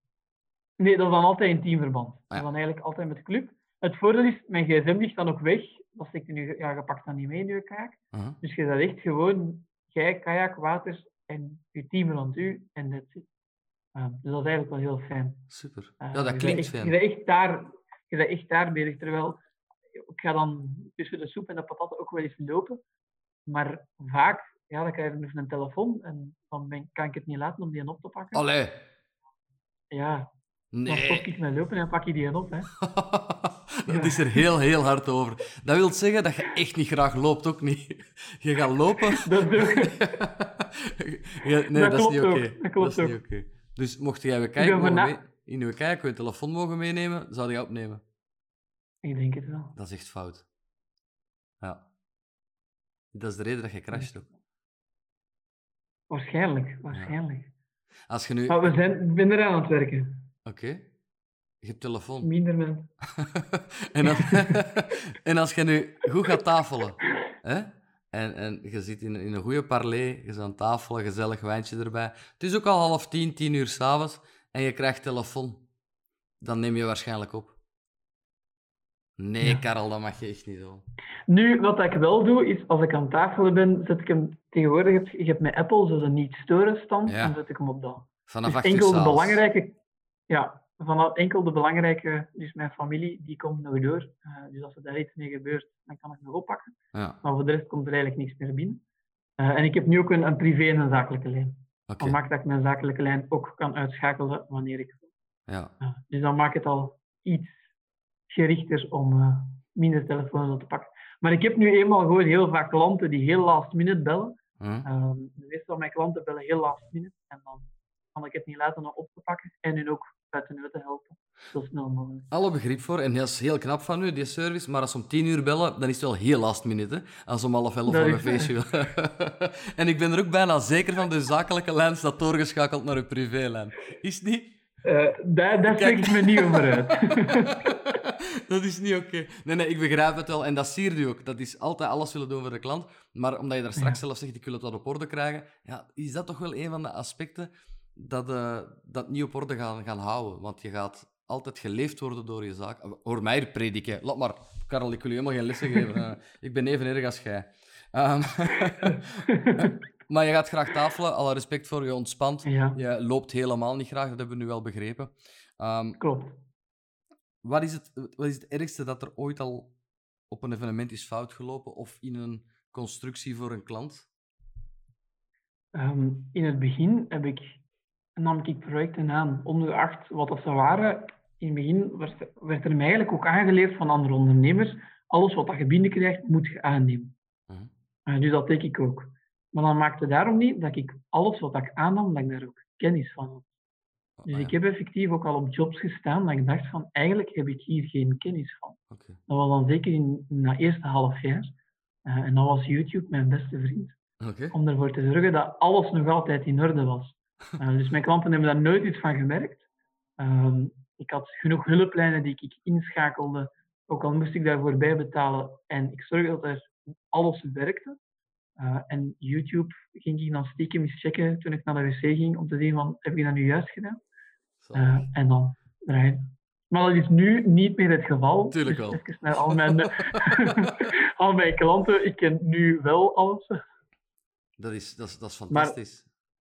S2: Nee, dat is dan altijd in teamverband. Ah, ja. Dat is dan eigenlijk altijd met de club. Het voordeel is, mijn gsm ligt dan ook weg. Dat steekt nu, ja, je pakt dan niet mee in je kajak. Uh-huh. Dus je zet echt gewoon jij, kajak, water en je team rond u en that's it. Uh, dus dat is eigenlijk wel heel fijn.
S1: Super. Ja, dat uh, klinkt
S2: echt,
S1: fijn.
S2: Je bent echt daar, je bent echt daar bezig. Terwijl, ik ga dan tussen de soep en de patatten ook wel eens lopen. Maar vaak, ja, dan krijg je even een telefoon en dan ben, kan ik het niet laten om die op te pakken.
S1: Allee.
S2: Ja.
S1: Nee.
S2: Dan stop ik met lopen en pak je die op, hè.
S1: Dat is er heel, heel hard over. Dat wil zeggen dat je echt niet graag loopt, ook niet. Je gaat lopen...
S2: Dat doe ik.
S1: Ja, nee, dat, dat is niet oké. Okay.
S2: Dat klopt
S1: dat is
S2: ook.
S1: niet okay. Dus mocht jij je kajak mogen mee... in je kajak je telefoon mogen meenemen, zou je opnemen?
S2: Ik denk het wel.
S1: Dat is echt fout. Ja. Dat is de reden dat je crasht ook.
S2: Waarschijnlijk, waarschijnlijk.
S1: Ja. Als je nu...
S2: Maar we zijn, ik ben eraan aan het werken.
S1: Oké. Okay. Je hebt telefoon.
S2: Minder mensen.
S1: en, als, en als je nu goed gaat tafelen, hè? En, en je zit in, in een goede parley, je zit aan tafel, een gezellig wijntje erbij. Het is ook al half tien, tien uur s'avonds en je krijgt telefoon. Dan neem je waarschijnlijk op. Nee, ja. Karel, dat mag je echt niet doen.
S2: Nu, wat ik wel doe, is als ik aan tafel ben, zet ik hem tegenwoordig, heb, je hebt met Apple zo de niet-storen stand, ja. Dan zet ik hem op dan.
S1: Vanaf
S2: dus
S1: acht uur
S2: enkel de
S1: s'avonds.
S2: belangrijke, ja, vanaf enkel de belangrijke, dus mijn familie, die komt nog door. Uh, dus als er daar iets mee gebeurt, dan kan ik nog oppakken.
S1: Ja.
S2: Maar voor de rest komt er eigenlijk niks meer binnen. Uh, en ik heb nu ook een, een privé en een zakelijke lijn.
S1: Okay.
S2: Dat maakt dat ik mijn zakelijke lijn ook kan uitschakelen wanneer ik wil.
S1: Ja.
S2: Uh, dus dan maakt het al iets gerichter om uh, minder telefoons te pakken. Maar ik heb nu eenmaal gewoon heel vaak klanten die heel last minute bellen.
S1: Hm?
S2: Um, de meeste van mijn klanten bellen heel last minute. En dan kan ik het niet laten om op te pakken. En hun ook uit de nood te helpen. Zo snel mogelijk.
S1: Alle begrip voor. En dat is heel knap van u, die service. Maar als ze om tien uur bellen, dan is het wel heel last minute. Hè? Als ze om half elf van een feestje willen. En ik ben er ook bijna zeker van, de zakelijke lijn staat doorgeschakeld naar uw privélijn. Is het niet?
S2: Uh, daar daar spreek ik me niet over uit.
S1: Dat is niet oké. Okay. Nee, nee, ik begrijp het wel. En dat siert u ook. Dat is altijd alles willen doen voor de klant. Maar omdat je daar straks ja. zelf zegt, ik wil het wat op orde krijgen, ja, is dat toch wel een van de aspecten dat, uh, dat niet op orde gaan, gaan houden. Want je gaat altijd geleefd worden door je zaak. Hoor mij hier prediken. Laat maar. Karel, ik wil je helemaal geen lessen geven. Uh, ik ben even erg als jij. Um, maar je gaat graag tafelen. Alle respect voor je, ontspant.
S2: Ja.
S1: Je loopt helemaal niet graag. Dat hebben we nu wel begrepen. Um,
S2: Klopt.
S1: Wat is, het, wat is het ergste dat er ooit al op een evenement is fout gelopen of in een constructie voor een klant?
S2: Um, in het begin heb ik, nam ik projecten aan, ongeacht wat dat ze waren. in het begin werd, werd er mij eigenlijk ook aangeleerd van andere ondernemers, alles wat dat je binnenkrijgt, moet je aannemen.
S1: Uh-huh.
S2: Uh, dus dat deed ik ook. Maar dan maakte daarom niet dat ik alles wat ik aannam, dat ik daar ook kennis van had. Dus
S1: Ah, ja.
S2: ik heb effectief ook al op jobs gestaan dat ik dacht van, eigenlijk heb ik hier geen kennis van.
S1: Okay.
S2: Dat was dan zeker in, in dat eerste half jaar. Uh, en dan was YouTube mijn beste vriend.
S1: Okay.
S2: Om ervoor te zorgen dat alles nog altijd in orde was. Uh, dus mijn klanten hebben daar nooit iets van gemerkt. Um, ik had genoeg hulplijnen die ik inschakelde, ook al moest ik daarvoor bijbetalen. En ik zorgde dat er alles werkte. Uh, en YouTube ging ik dan stiekem eens checken toen ik naar de wc ging, om te zien van, heb ik dat nu juist gedaan? Uh, en dan draaien. Maar dat is nu niet meer het geval.
S1: Tuurlijk
S2: dus
S1: wel.
S2: Even naar al mijn, al mijn klanten. Ik ken nu wel alles.
S1: Dat is, dat is, dat is fantastisch.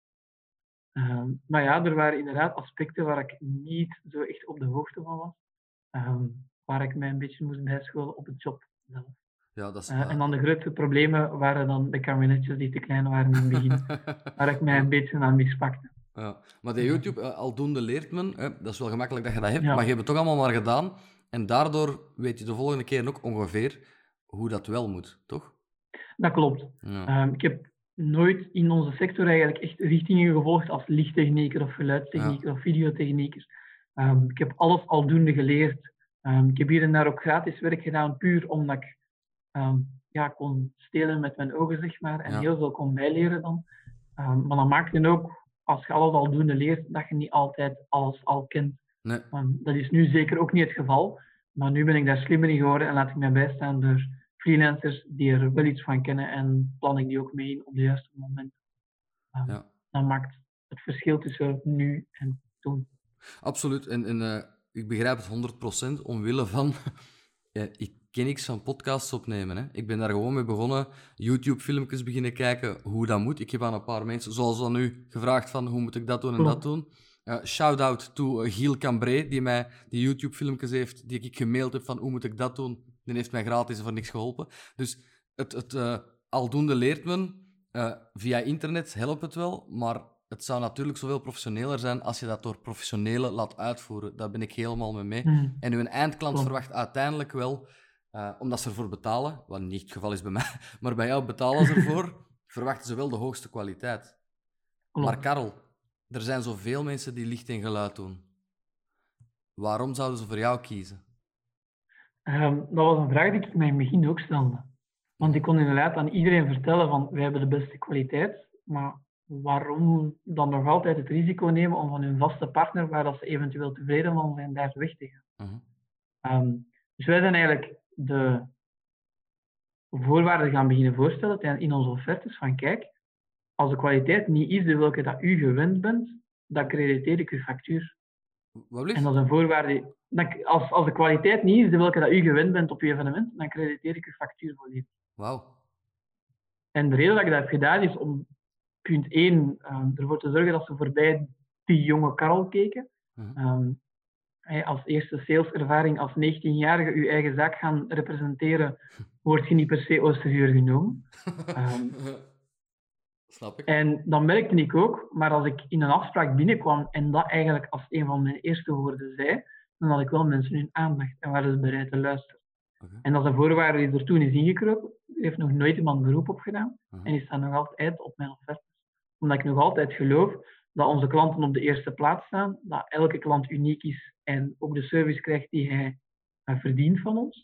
S2: Maar, uh, maar ja, er waren inderdaad aspecten waar ik niet zo echt op de hoogte van was. Um, waar ik mij een beetje moest bijscholen op het job zelf.
S1: Ja, dat is,
S2: uh, en dan de grootste problemen waren dan de kabinetjes die te klein waren in het begin. Waar ik mij een beetje aan mispakte.
S1: Ja, maar de YouTube, uh, aldoende leert men, hè, dat is wel gemakkelijk dat je dat hebt,
S2: ja.
S1: maar je hebt het toch allemaal maar gedaan. En daardoor weet je de volgende keer ook ongeveer hoe dat wel moet, toch?
S2: Dat klopt. Ja. Um, ik heb nooit in onze sector eigenlijk echt richtingen gevolgd als lichttechnieker of geluidstechnieker ja. of videotechnieker. Um, ik heb alles aldoende geleerd. Um, ik heb hier en daar ook gratis werk gedaan, puur omdat ik um, ja, kon stelen met mijn ogen, zeg maar, en ja. heel veel kon bijleren dan. Um, maar dat maakt dan ook, als je alles aldoende leert, dat je niet altijd alles al kent.
S1: Nee.
S2: Um, dat is nu zeker ook niet het geval, maar nu ben ik daar slimmer in geworden en laat ik mij bijstaan door freelancers die er wel iets van kennen en plan ik die ook mee in op de juiste moment. Um, ja. Dat maakt het verschil tussen nu en toen.
S1: Absoluut. En, en uh, ik begrijp het honderd procent omwille van... ja, ik ken niks van podcasts opnemen. Hè. Ik ben daar gewoon mee begonnen. YouTube-filmpjes beginnen kijken hoe dat moet. Ik heb aan een paar mensen, zoals dan nu, gevraagd van hoe moet ik dat doen en dat doen. Uh, shout-out to uh, Giel Cambré, die mij die YouTube-filmpjes heeft, die ik gemaild heb van hoe moet ik dat doen. Die heeft mij gratis voor niks geholpen. Dus het, het uh, aldoende leert men. Uh, via internet helpt het wel, maar het zou natuurlijk zoveel professioneler zijn als je dat door professionelen laat uitvoeren. Daar ben ik helemaal mee mee. Mm. En uw eindklant Klopt. verwacht uiteindelijk wel, uh, omdat ze ervoor betalen, wat niet het geval is bij mij, maar bij jou betalen ze ervoor, verwachten ze wel de hoogste kwaliteit. Klopt. Maar Karel, er zijn zoveel mensen die licht en geluid doen. Waarom zouden ze voor jou kiezen?
S2: Um, dat was een vraag die ik mij in het begin ook stelde. Want ik kon inderdaad aan iedereen vertellen van, wij hebben de beste kwaliteit, maar waarom dan nog altijd het risico nemen om van hun vaste partner, waar dat ze eventueel tevreden van zijn, daar weg te gaan? Uh-huh. Um, dus wij zijn eigenlijk de voorwaarden gaan beginnen voorstellen in onze offertes van, kijk, als de kwaliteit niet is de welke dat u gewend bent, dan crediteer ik uw factuur.
S1: Wat blijft?
S2: En dat is een voorwaarde. Dan, als, als de kwaliteit niet is de welke dat u gewend bent op uw evenement, dan crediteer ik uw factuur volledig.
S1: Wauw.
S2: En de reden dat ik dat heb gedaan is om, punt één, um, ervoor te zorgen dat ze voorbij die jonge Karel keken. Uh-huh. Um, hey, als eerste saleservaring, als negentienjarige uw eigen zaak gaan representeren, word je niet per se Oosterhuur genomen. Um,
S1: Snap ik.
S2: En dan merkte ik ook, maar als ik in een afspraak binnenkwam en dat eigenlijk als een van mijn eerste woorden zei, dan had ik wel mensen hun aandacht en waren ze bereid te luisteren. Okay. En dat is een voorwaarde die er toen is ingekropen. Er heeft nog nooit iemand beroep op gedaan uh-huh. en die staat nog altijd op mijn offertes. Omdat ik nog altijd geloof dat onze klanten op de eerste plaats staan, dat elke klant uniek is en ook de service krijgt die hij uh, verdient van ons.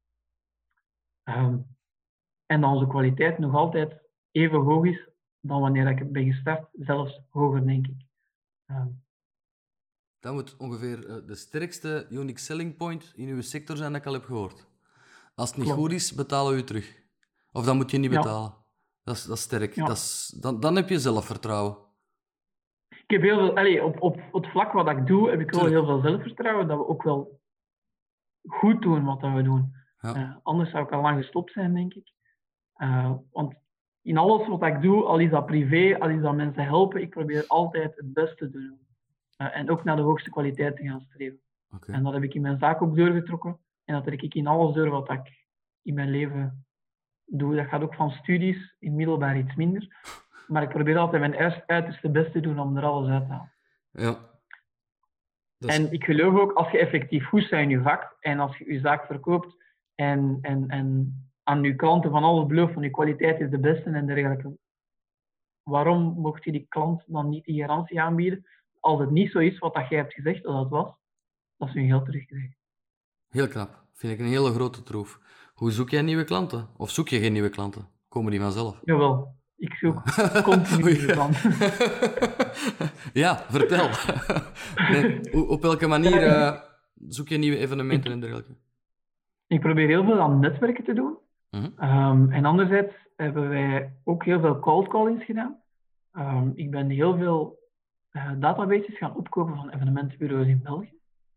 S2: Um, en dat onze kwaliteit nog altijd even hoog is dan wanneer ik ben gestart, zelfs hoger, denk ik. Um.
S1: Dat moet ongeveer uh, de sterkste unique selling point in uw sector zijn dat ik al heb gehoord. Als het niet Klopt. goed is, betalen we u terug. Of dan moet je niet betalen. Ja. Dat, is, dat is sterk. Ja. Dat is, dan, dan heb je zelfvertrouwen.
S2: Ik heb heel veel... Allez, op, op, op het vlak wat ik doe, heb ik wel heel veel zelfvertrouwen dat we ook wel goed doen wat we doen. Ja. Uh, anders zou ik al lang gestopt zijn, denk ik. Uh, want in alles wat ik doe, al is dat privé, al is dat mensen helpen, ik probeer altijd het beste te doen. Uh, en ook naar de hoogste kwaliteit te gaan streven. Okay. En dat heb ik in mijn zaak ook doorgetrokken. En dat trek ik in alles door wat ik in mijn leven doe. Dat gaat ook van studies, in middelbaar iets minder. Maar ik probeer altijd mijn uiterste best te doen om er alles uit te halen.
S1: Ja. Dat is...
S2: En ik geloof ook, als je effectief goed bent in je vak en als je je zaak verkoopt en, en, en aan je klanten van alles belooft van je kwaliteit is de beste en dergelijke, waarom mocht je die klant dan niet die garantie aanbieden als het niet zo is wat dat jij hebt gezegd dat het was, dat ze hun geld terugkrijgen?
S1: Heel knap. Vind ik een hele grote troef. Hoe zoek jij nieuwe klanten? Of zoek je geen nieuwe klanten? Komen die vanzelf?
S2: Jawel, ik zoek continu nieuwe klanten.
S1: Ja, vertel. Nee, op welke manier uh, zoek je nieuwe evenementen en dergelijke?
S2: Ik probeer heel veel aan netwerken te doen. Mm-hmm. Um, en anderzijds hebben wij ook heel veel cold callings gedaan. Um, ik ben heel veel uh, databases gaan opkopen van evenementenbureaus in België.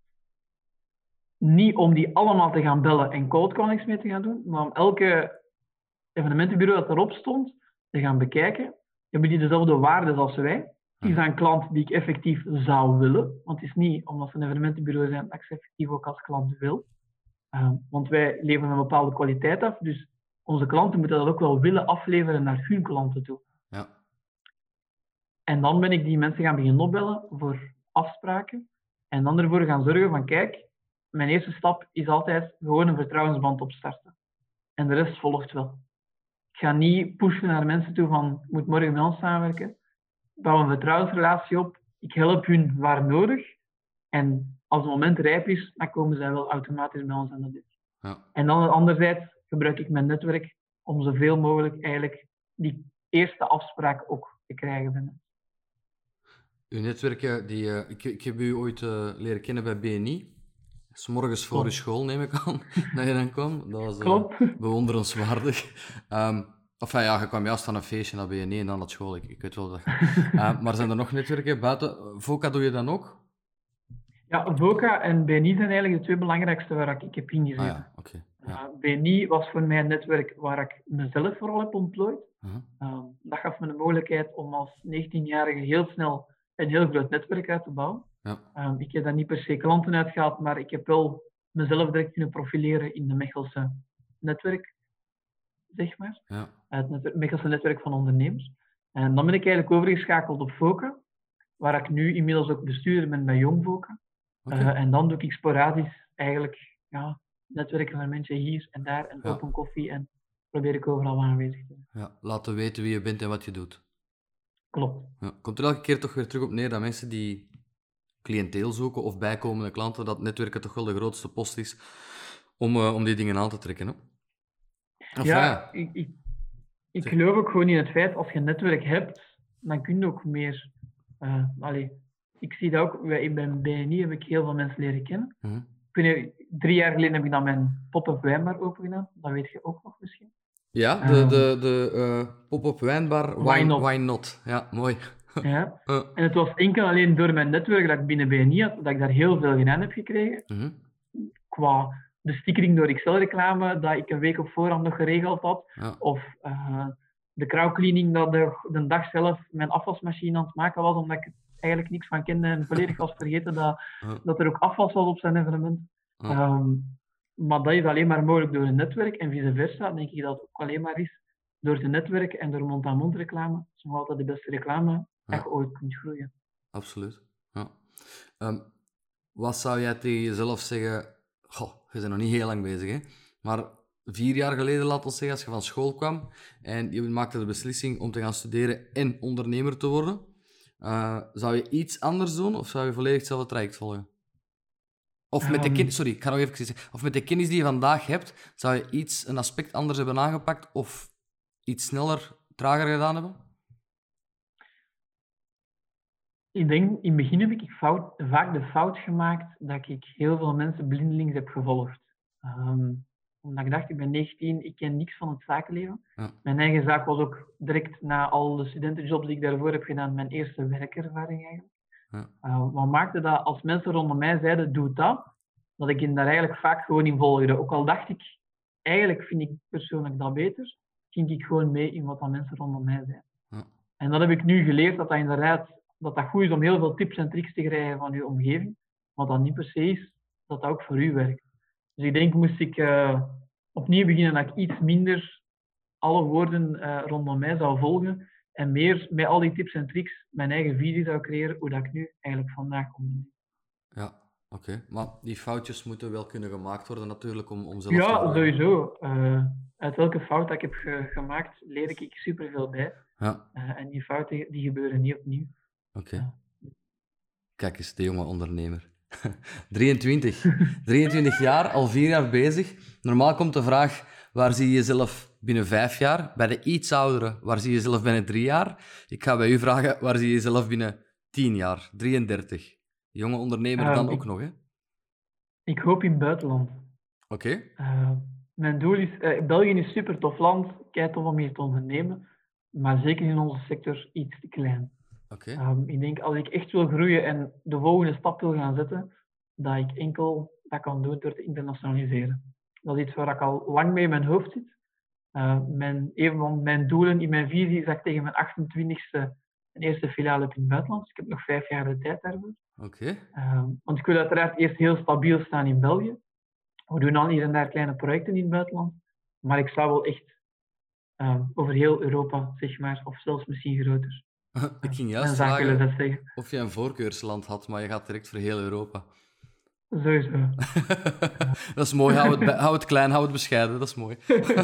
S2: Niet om die allemaal te gaan bellen en cold callings mee te gaan doen, maar om elke evenementenbureau dat erop stond te gaan bekijken. Hebben die dezelfde waarden als wij? Is dat een klant die ik effectief zou willen? Want het is niet omdat ze een evenementenbureau zijn dat ik ze effectief ook als klant wil. Um, want wij leveren een bepaalde kwaliteit af, dus onze klanten moeten dat ook wel willen afleveren naar hun klanten toe.
S1: Ja.
S2: En dan ben ik die mensen gaan beginnen opbellen voor afspraken en dan ervoor gaan zorgen van kijk, mijn eerste stap is altijd gewoon een vertrouwensband opstarten. En de rest volgt wel. Ik ga niet pushen naar mensen toe van je moet morgen met ons samenwerken. Bouw een vertrouwensrelatie op. Ik help hun waar nodig. En als het moment rijp is, dan komen zij wel automatisch bij ons aan de deur.
S1: Ja.
S2: En dan anderzijds gebruik ik mijn netwerk om zoveel mogelijk eigenlijk die eerste afspraak ook te krijgen bij mensen.
S1: Uw netwerken, die, uh, ik, ik heb u ooit uh, leren kennen bij B N I. 'S Morgens voor uw school, neem ik aan, dat je dan kwam. Dat was uh, bewonderenswaardig. Um, enfin ja, je kwam juist van een feestje naar B N I en dan naar school. Ik, ik weet wel dat. Uh, maar zijn er nog netwerken buiten? VOCA doe je dan ook?
S2: Ja, VOCA en B N I zijn eigenlijk de twee belangrijkste waar ik heb ingezeten.
S1: Ah, ja. Okay. Ja.
S2: Uh, B N I was voor mij een netwerk waar ik mezelf vooral heb ontplooid.
S1: Uh-huh.
S2: Uh, dat gaf me de mogelijkheid om als negentienjarige heel snel een heel groot netwerk uit te bouwen.
S1: Ja.
S2: Um, ik heb daar niet per se klanten uitgehaald, maar ik heb wel mezelf direct kunnen profileren in de Mechelse netwerk, zeg maar.
S1: Ja.
S2: Het netwerk, Mechelse netwerk van ondernemers. En dan ben ik eigenlijk overgeschakeld op VOCA, waar ik nu inmiddels ook bestuurder ben bij Jong VOCA. Okay. Uh, en dan doe ik sporadisch eigenlijk ja, netwerken van mensen hier en daar en ja. open koffie en probeer ik overal aanwezig te zijn.
S1: Ja, laten weten wie je bent en wat je doet.
S2: Klopt.
S1: Ja, komt er elke keer toch weer terug op neer dat mensen die cliënteel zoeken of bijkomende klanten, dat netwerken toch wel de grootste post is om, uh, om die dingen aan te trekken, hè? Enfin,
S2: ja, ja. Ik, ik, ik geloof ook gewoon in het feit, als je een netwerk hebt, dan kun je ook meer... Uh, allez, ik zie dat ook, bij B N I heb ik heel veel mensen leren kennen.
S1: Uh-huh.
S2: Ik weet, drie jaar geleden heb ik dan mijn pop-up wijnbar open gedaan, dat weet je ook nog misschien.
S1: Ja, de, um, de, de uh, pop-up wijnbar, why, why, not? why not? Ja, mooi.
S2: Ja. Uh. En het was enkel alleen door mijn netwerk dat ik binnen B N I had, dat ik daar heel veel gedaan heb gekregen.
S1: Uh-huh.
S2: Qua de stickering door Excel-reclame, dat ik een week op voorhand nog geregeld had.
S1: Ja.
S2: Of uh, de crowdcleaning, dat de, de dag zelf mijn afwasmachine aan het maken was, omdat ik er eigenlijk niks van kende en volledig was vergeten dat, uh. dat er ook afwas was op zijn evenement. Uh. Um, maar dat is alleen maar mogelijk door een netwerk en vice versa. Denk ik dat het ook alleen maar is door te netwerken en door mond-aan-mond reclame. Dat is nog altijd de beste reclame ja. dat je ooit kunt groeien.
S1: Absoluut. Ja. Um, wat zou jij tegen jezelf zeggen? Goh, je bent nog niet heel lang bezig, hè? Maar vier jaar geleden, laat ons zeggen, als je van school kwam en je maakte de beslissing om te gaan studeren en ondernemer te worden, uh, zou je iets anders doen of zou je volledig hetzelfde traject volgen? Of met de kennis, sorry, ik ga nog even zeggen. Of met de kennis die je vandaag hebt, zou je iets, een aspect anders hebben aangepakt of iets sneller, trager gedaan hebben?
S2: Ik denk, in het begin heb ik fout, vaak de fout gemaakt dat ik heel veel mensen blindelings heb gevolgd. Um, omdat ik dacht, ik ben negentien, ik ken niks van het zakenleven.
S1: Ja.
S2: Mijn eigen zaak was ook direct na al de studentenjobs die ik daarvoor heb gedaan, mijn eerste werkervaring eigenlijk.
S1: Ja.
S2: Uh, wat maakte dat als mensen rondom mij zeiden, doe dat, dat ik in daar eigenlijk vaak gewoon in volgde. Ook al dacht ik, eigenlijk vind ik persoonlijk dat beter, ging ik gewoon mee in wat dat mensen rondom mij zeiden.
S1: Ja.
S2: En dat heb ik nu geleerd, dat dat inderdaad dat dat goed is om heel veel tips en tricks te krijgen van je omgeving, maar dat niet per se is dat dat ook voor u werkt. Dus ik denk, moest ik uh, opnieuw beginnen dat ik iets minder alle woorden uh, rondom mij zou volgen en meer met al die tips en tricks mijn eigen visie zou creëren hoe dat ik nu eigenlijk vandaag onderneem.
S1: Ja, oké. Okay. Maar die foutjes moeten wel kunnen gemaakt worden natuurlijk om, om zelf te
S2: Ja,
S1: groeien.
S2: sowieso. Uh, uit elke fout dat ik heb ge gemaakt, leer ik superveel bij.
S1: Ja.
S2: Uh, en die fouten die gebeuren niet opnieuw.
S1: Oké. Okay. Uh. Kijk eens, de jonge ondernemer. drieëntwintig. drieëntwintig jaar, al vier jaar bezig. Normaal komt de vraag, waar zie je jezelf binnen vijf jaar? Bij de iets ouderen, waar zie je jezelf binnen drie jaar? Ik ga bij u vragen, waar zie je jezelf binnen tien jaar? drieëndertig. Jonge ondernemer um, dan ik, ook nog, hè?
S2: Ik hoop in het buitenland.
S1: Oké. Okay.
S2: Uh, mijn doel is... Uh, België is een super tof land, kei tof om hier te ondernemen. Maar zeker in onze sector iets te klein.
S1: Okay.
S2: Um, ik denk, als ik echt wil groeien en de volgende stap wil gaan zetten, dat ik enkel dat kan doen door te internationaliseren. Dat is iets waar ik al lang mee in mijn hoofd zit. Uh, mijn, een van mijn doelen in mijn visie is dat ik tegen mijn achtentwintigste een eerste filiaal heb in het buitenland. Dus ik heb nog vijf jaar de tijd daarvoor.
S1: Oké.
S2: Okay. Uh, want ik wil uiteraard eerst heel stabiel staan in België. We doen al hier en daar kleine projecten in het buitenland. Maar ik zou wel echt uh, over heel Europa, zeg maar, of zelfs misschien groter.
S1: Ik ging juist vragen of je een voorkeursland had, maar je gaat direct voor heel Europa.
S2: Sowieso.
S1: Dat is mooi, hou het, bij, hou het klein, hou het bescheiden, dat is mooi.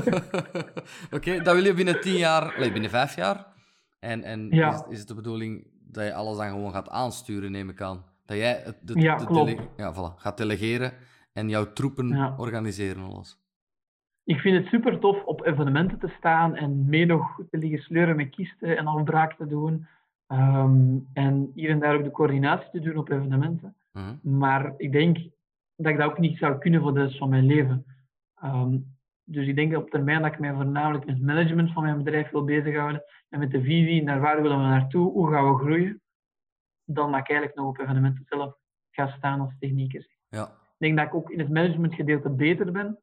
S1: Oké, okay, dat wil je binnen tien jaar, nee, binnen vijf jaar. En, en ja. is, is het de bedoeling dat je alles dan gewoon gaat aansturen, neem ik aan? Dat jij het de,
S2: ja,
S1: de
S2: klopt.
S1: Dele- ja, voilà, gaat delegeren en jouw troepen ja. organiseren alles.
S2: Ik vind het super tof op evenementen te staan en mee nog te liggen sleuren met kisten en afbraak te doen. Um, en hier en daar ook de coördinatie te doen op evenementen. Uh-huh. Maar ik denk dat ik dat ook niet zou kunnen voor de rest van mijn leven. Um, dus ik denk dat op termijn dat ik mij voornamelijk met het management van mijn bedrijf wil bezighouden en met de visie naar waar willen we naartoe, hoe gaan we groeien, dan dat ik eigenlijk nog op evenementen zelf ga staan als technieker.
S1: Ja.
S2: Ik denk dat ik ook in het managementgedeelte beter ben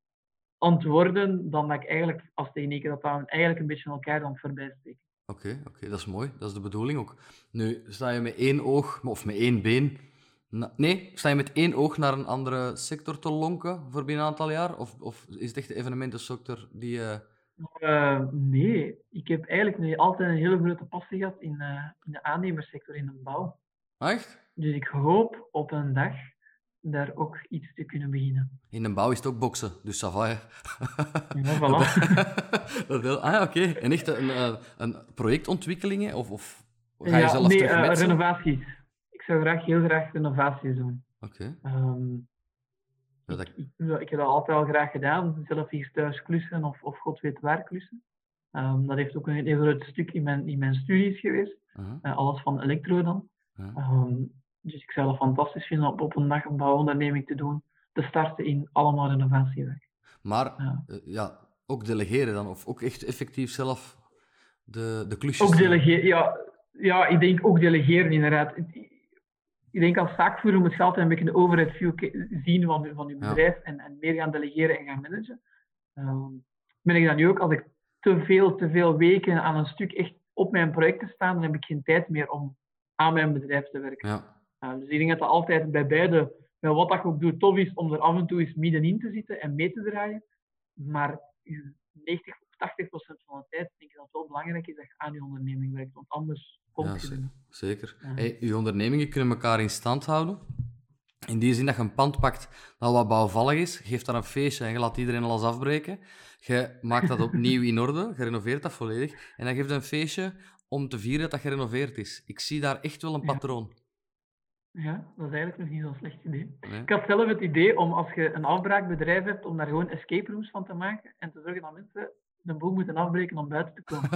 S2: antwoorden dan dat ik eigenlijk als technieker dat we eigenlijk een beetje elkaar dan voorbij steken.
S1: Oké, okay, okay, dat is mooi. Dat is de bedoeling ook. Nu, sta je met één oog, of met één been... Na, nee, sta je met één oog naar een andere sector te lonken voor binnen een aantal jaar? Of, of is het echt de evenementensector die... Uh...
S2: Uh, nee, ik heb eigenlijk nee, altijd een hele grote passie gehad in, uh, in de aannemerssector, in de bouw.
S1: Echt?
S2: Dus ik hoop op een dag daar ook iets te kunnen beginnen.
S1: In de bouw is het ook boksen, dus ça va, hè?
S2: Ja, voilà.
S1: dat, dat, ah, oké. Okay. En echt een, een, een projectontwikkelingen? Of, of ga je
S2: ja,
S1: zelf
S2: nee,
S1: terug met
S2: uh, renovaties. Ik zou graag, heel graag renovaties doen.
S1: Oké.
S2: Okay. Um,
S1: ja, dat...
S2: ik, ik, ik heb dat altijd al graag gedaan. Zelf hier thuis klussen of, of god weet waar klussen. Um, dat heeft ook een heel groot stuk in mijn, in mijn studies geweest. Uh-huh. Uh, alles van elektro dan. Uh-huh. Um, Dus ik zou het fantastisch vinden om op een dag een bouwonderneming te doen, te starten in allemaal renovatiewerk.
S1: Maar ja. Uh, ja, ook delegeren dan, of ook echt effectief zelf de, de klusjes?
S2: Ook delegeren, ja, ja, ik denk ook delegeren inderdaad. Ik denk als zaakvoerder moet je altijd een beetje de overhead view zien van, van je bedrijf ja. en, en meer gaan delegeren en gaan managen. Um, ben ik dan nu ook, als ik te veel, te veel weken aan een stuk echt op mijn projecten staan, dan heb ik geen tijd meer om aan mijn bedrijf te werken.
S1: Ja.
S2: Uh, dus ik denk dat dat altijd bij beide, bij wat dat je ook doet, tof is om er af en toe eens middenin te zitten en mee te draaien. Maar negentig of tachtig procent van de tijd denk ik dat het wel belangrijk is dat je aan je onderneming werkt, want anders komt
S1: ja,
S2: je
S1: zeker.
S2: er.
S1: Zeker. Ja. Hey, je ondernemingen kunnen elkaar in stand houden. In die zin dat je een pand pakt dat wat bouwvallig is, geeft daar een feestje en je laat iedereen alles afbreken. Je maakt dat opnieuw in orde, je renoveert dat volledig en dan geeft je een feestje om te vieren dat dat gerenoveerd is. Ik zie daar echt wel een patroon.
S2: Ja. Ja, dat is eigenlijk nog niet zo'n slecht idee.
S1: Nee.
S2: Ik had zelf het idee om, als je een afbraakbedrijf hebt, om daar gewoon escape rooms van te maken en te zorgen dat mensen de boel moeten afbreken om buiten te komen.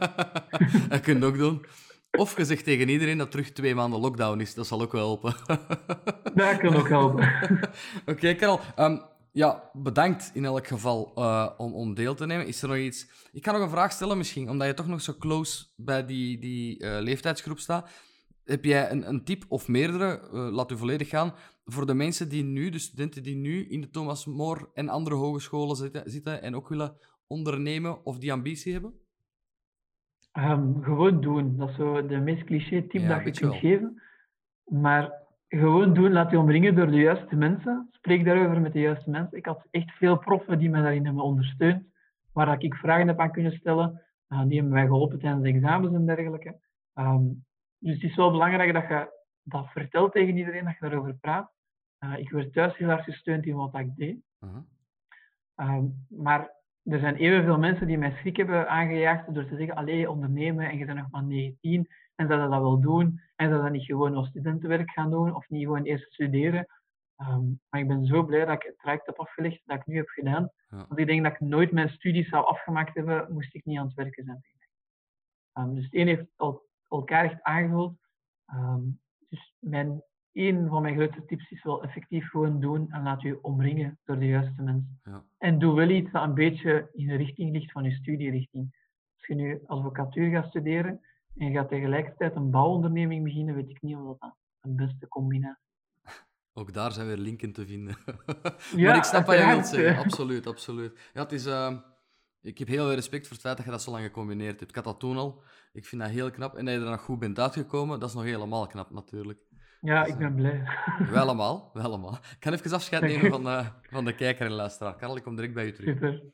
S1: Dat kun je ook doen. Of je zegt tegen iedereen dat terug twee maanden lockdown is. Dat zal ook wel helpen.
S2: Dat kan ook helpen.
S1: Oké, okay, Karel. Um, ja, bedankt in elk geval uh, om, om deel te nemen. Is er nog iets... Ik kan nog een vraag stellen misschien, omdat je toch nog zo close bij die, die uh, leeftijdsgroep staat. Heb jij een, een tip of meerdere, uh, laat u volledig gaan, voor de mensen die nu, de studenten die nu in de Thomas More en andere hogescholen zitten, zitten en ook willen ondernemen of die ambitie hebben?
S2: Um, gewoon doen. Dat is zo de meest cliché tip
S1: ja,
S2: dat je kunt
S1: wel.
S2: geven. Maar gewoon doen, laat je omringen door de juiste mensen. Spreek daarover met de juiste mensen. Ik had echt veel proffen die mij daarin hebben ondersteund, waar ik vragen heb aan kunnen stellen. Uh, die hebben mij geholpen tijdens de examens en dergelijke. Um, dus het is wel belangrijk dat je dat vertel tegen iedereen dat je daarover praat. Uh, ik werd thuis heel hard gesteund in wat ik deed. Uh-huh. Um, maar er zijn evenveel mensen die mij schrik hebben aangejaagd door te zeggen, allee, ondernemen en je bent nog maar negentien en zou dat wel doen en zou dat niet gewoon als studentenwerk gaan doen of niet gewoon eerst studeren. Um, maar ik ben zo blij dat ik het traject heb afgelegd dat ik nu heb gedaan. Ja. Want ik denk dat ik nooit mijn studies zou afgemaakt hebben, moest ik niet aan het werken zijn. Um, dus het een heeft el- elkaar echt aangevuld. Um, dus mijn, een van mijn grootste tips is wel effectief gewoon doen en laat je omringen door de juiste mensen. Ja. En doe wel iets dat een beetje in de richting ligt van je studierichting. Als je nu advocatuur gaat studeren en je gaat tegelijkertijd een bouwonderneming beginnen, weet ik niet of dat een beste combinatie is.
S1: Ook daar zijn weer linken te vinden. Ja, maar ik snap wat je wilt zeggen. Absoluut, absoluut. Ja, het is... Uh... Ik heb heel veel respect voor het feit dat je dat zo lang gecombineerd hebt. Ik had dat toen al. Ik vind dat heel knap. En dat je er nog goed bent uitgekomen, dat is nog helemaal knap natuurlijk.
S2: Ja, dus, ik ben blij.
S1: Wel allemaal, wel allemaal. Ik ga even afscheid nemen van de, van de kijker en luisteraar. Karel, ik kom direct bij u terug.
S2: Super.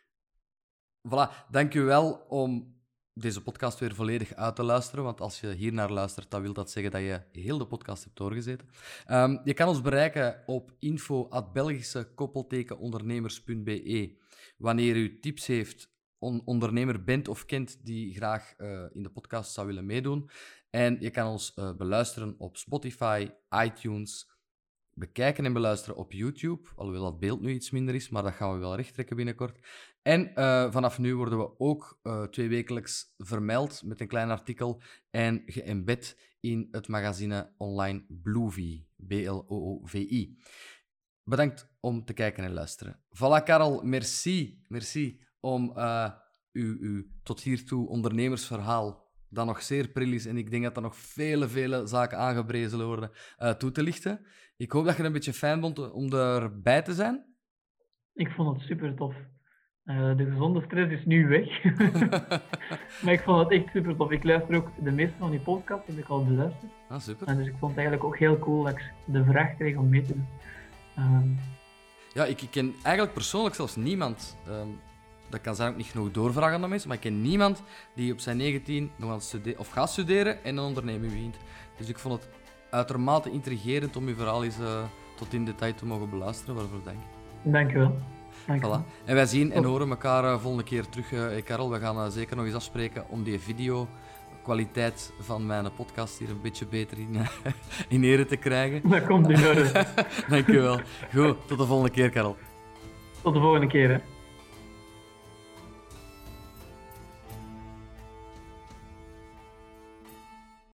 S1: Voilà, dank u wel om deze podcast weer volledig uit te luisteren. Want als je hier naar luistert, dan wil dat zeggen dat je heel de podcast hebt doorgezeten. Um, je kan ons bereiken op info at belgische koppeltekenondernemers punt b e. Wanneer u tips heeft, on- ondernemer bent of kent die graag uh, in de podcast zou willen meedoen. En je kan ons uh, beluisteren op Spotify, iTunes, bekijken en beluisteren op YouTube. Alhoewel dat beeld nu iets minder is, maar dat gaan we wel rechttrekken binnenkort. En uh, vanaf nu worden we ook uh, tweewekelijks vermeld met een klein artikel en geëmbed in het magazine online Bloovy, B L O O V I. Bedankt om te kijken en luisteren. Voilà, Karel, merci, merci om uh, uw, uw tot hiertoe ondernemersverhaal, dat nog zeer pril is en ik denk dat er nog vele, vele zaken aangeprezen zullen worden, uh, toe te lichten. Ik hoop dat je het een beetje fijn vond om erbij te zijn.
S2: Ik vond het super tof. Uh, de gezonde stress is nu weg. Maar ik vond het echt super tof. Ik luister ook de meeste van die podcasts, heb ik al beluisterd.
S1: Ah, super.
S2: En dus ik vond het eigenlijk ook heel cool dat ik de vraag kreeg om mee te doen. Um...
S1: Ja, ik, ik ken eigenlijk persoonlijk zelfs niemand, um, dat kan zijn ook niet genoeg doorvragen aan de mensen, maar ik ken niemand die op zijn negentien nog aan het studeren, of gaat studeren en een onderneming begint. Dus ik vond het uitermate intrigerend om uw verhaal eens uh, tot in detail te mogen beluisteren. Waarvoor dank.
S2: Dank je wel. Dank je wel.
S1: Voilà. En wij zien en horen elkaar uh, volgende keer terug, uh, Karel. We gaan uh, zeker nog eens afspreken om die video kwaliteit van mijn podcast hier een beetje beter in, uh, in ere te krijgen.
S2: Dat komt in orde.
S1: Dank je wel. Goed, tot de volgende keer, Karel.
S2: Tot de volgende keer, hè.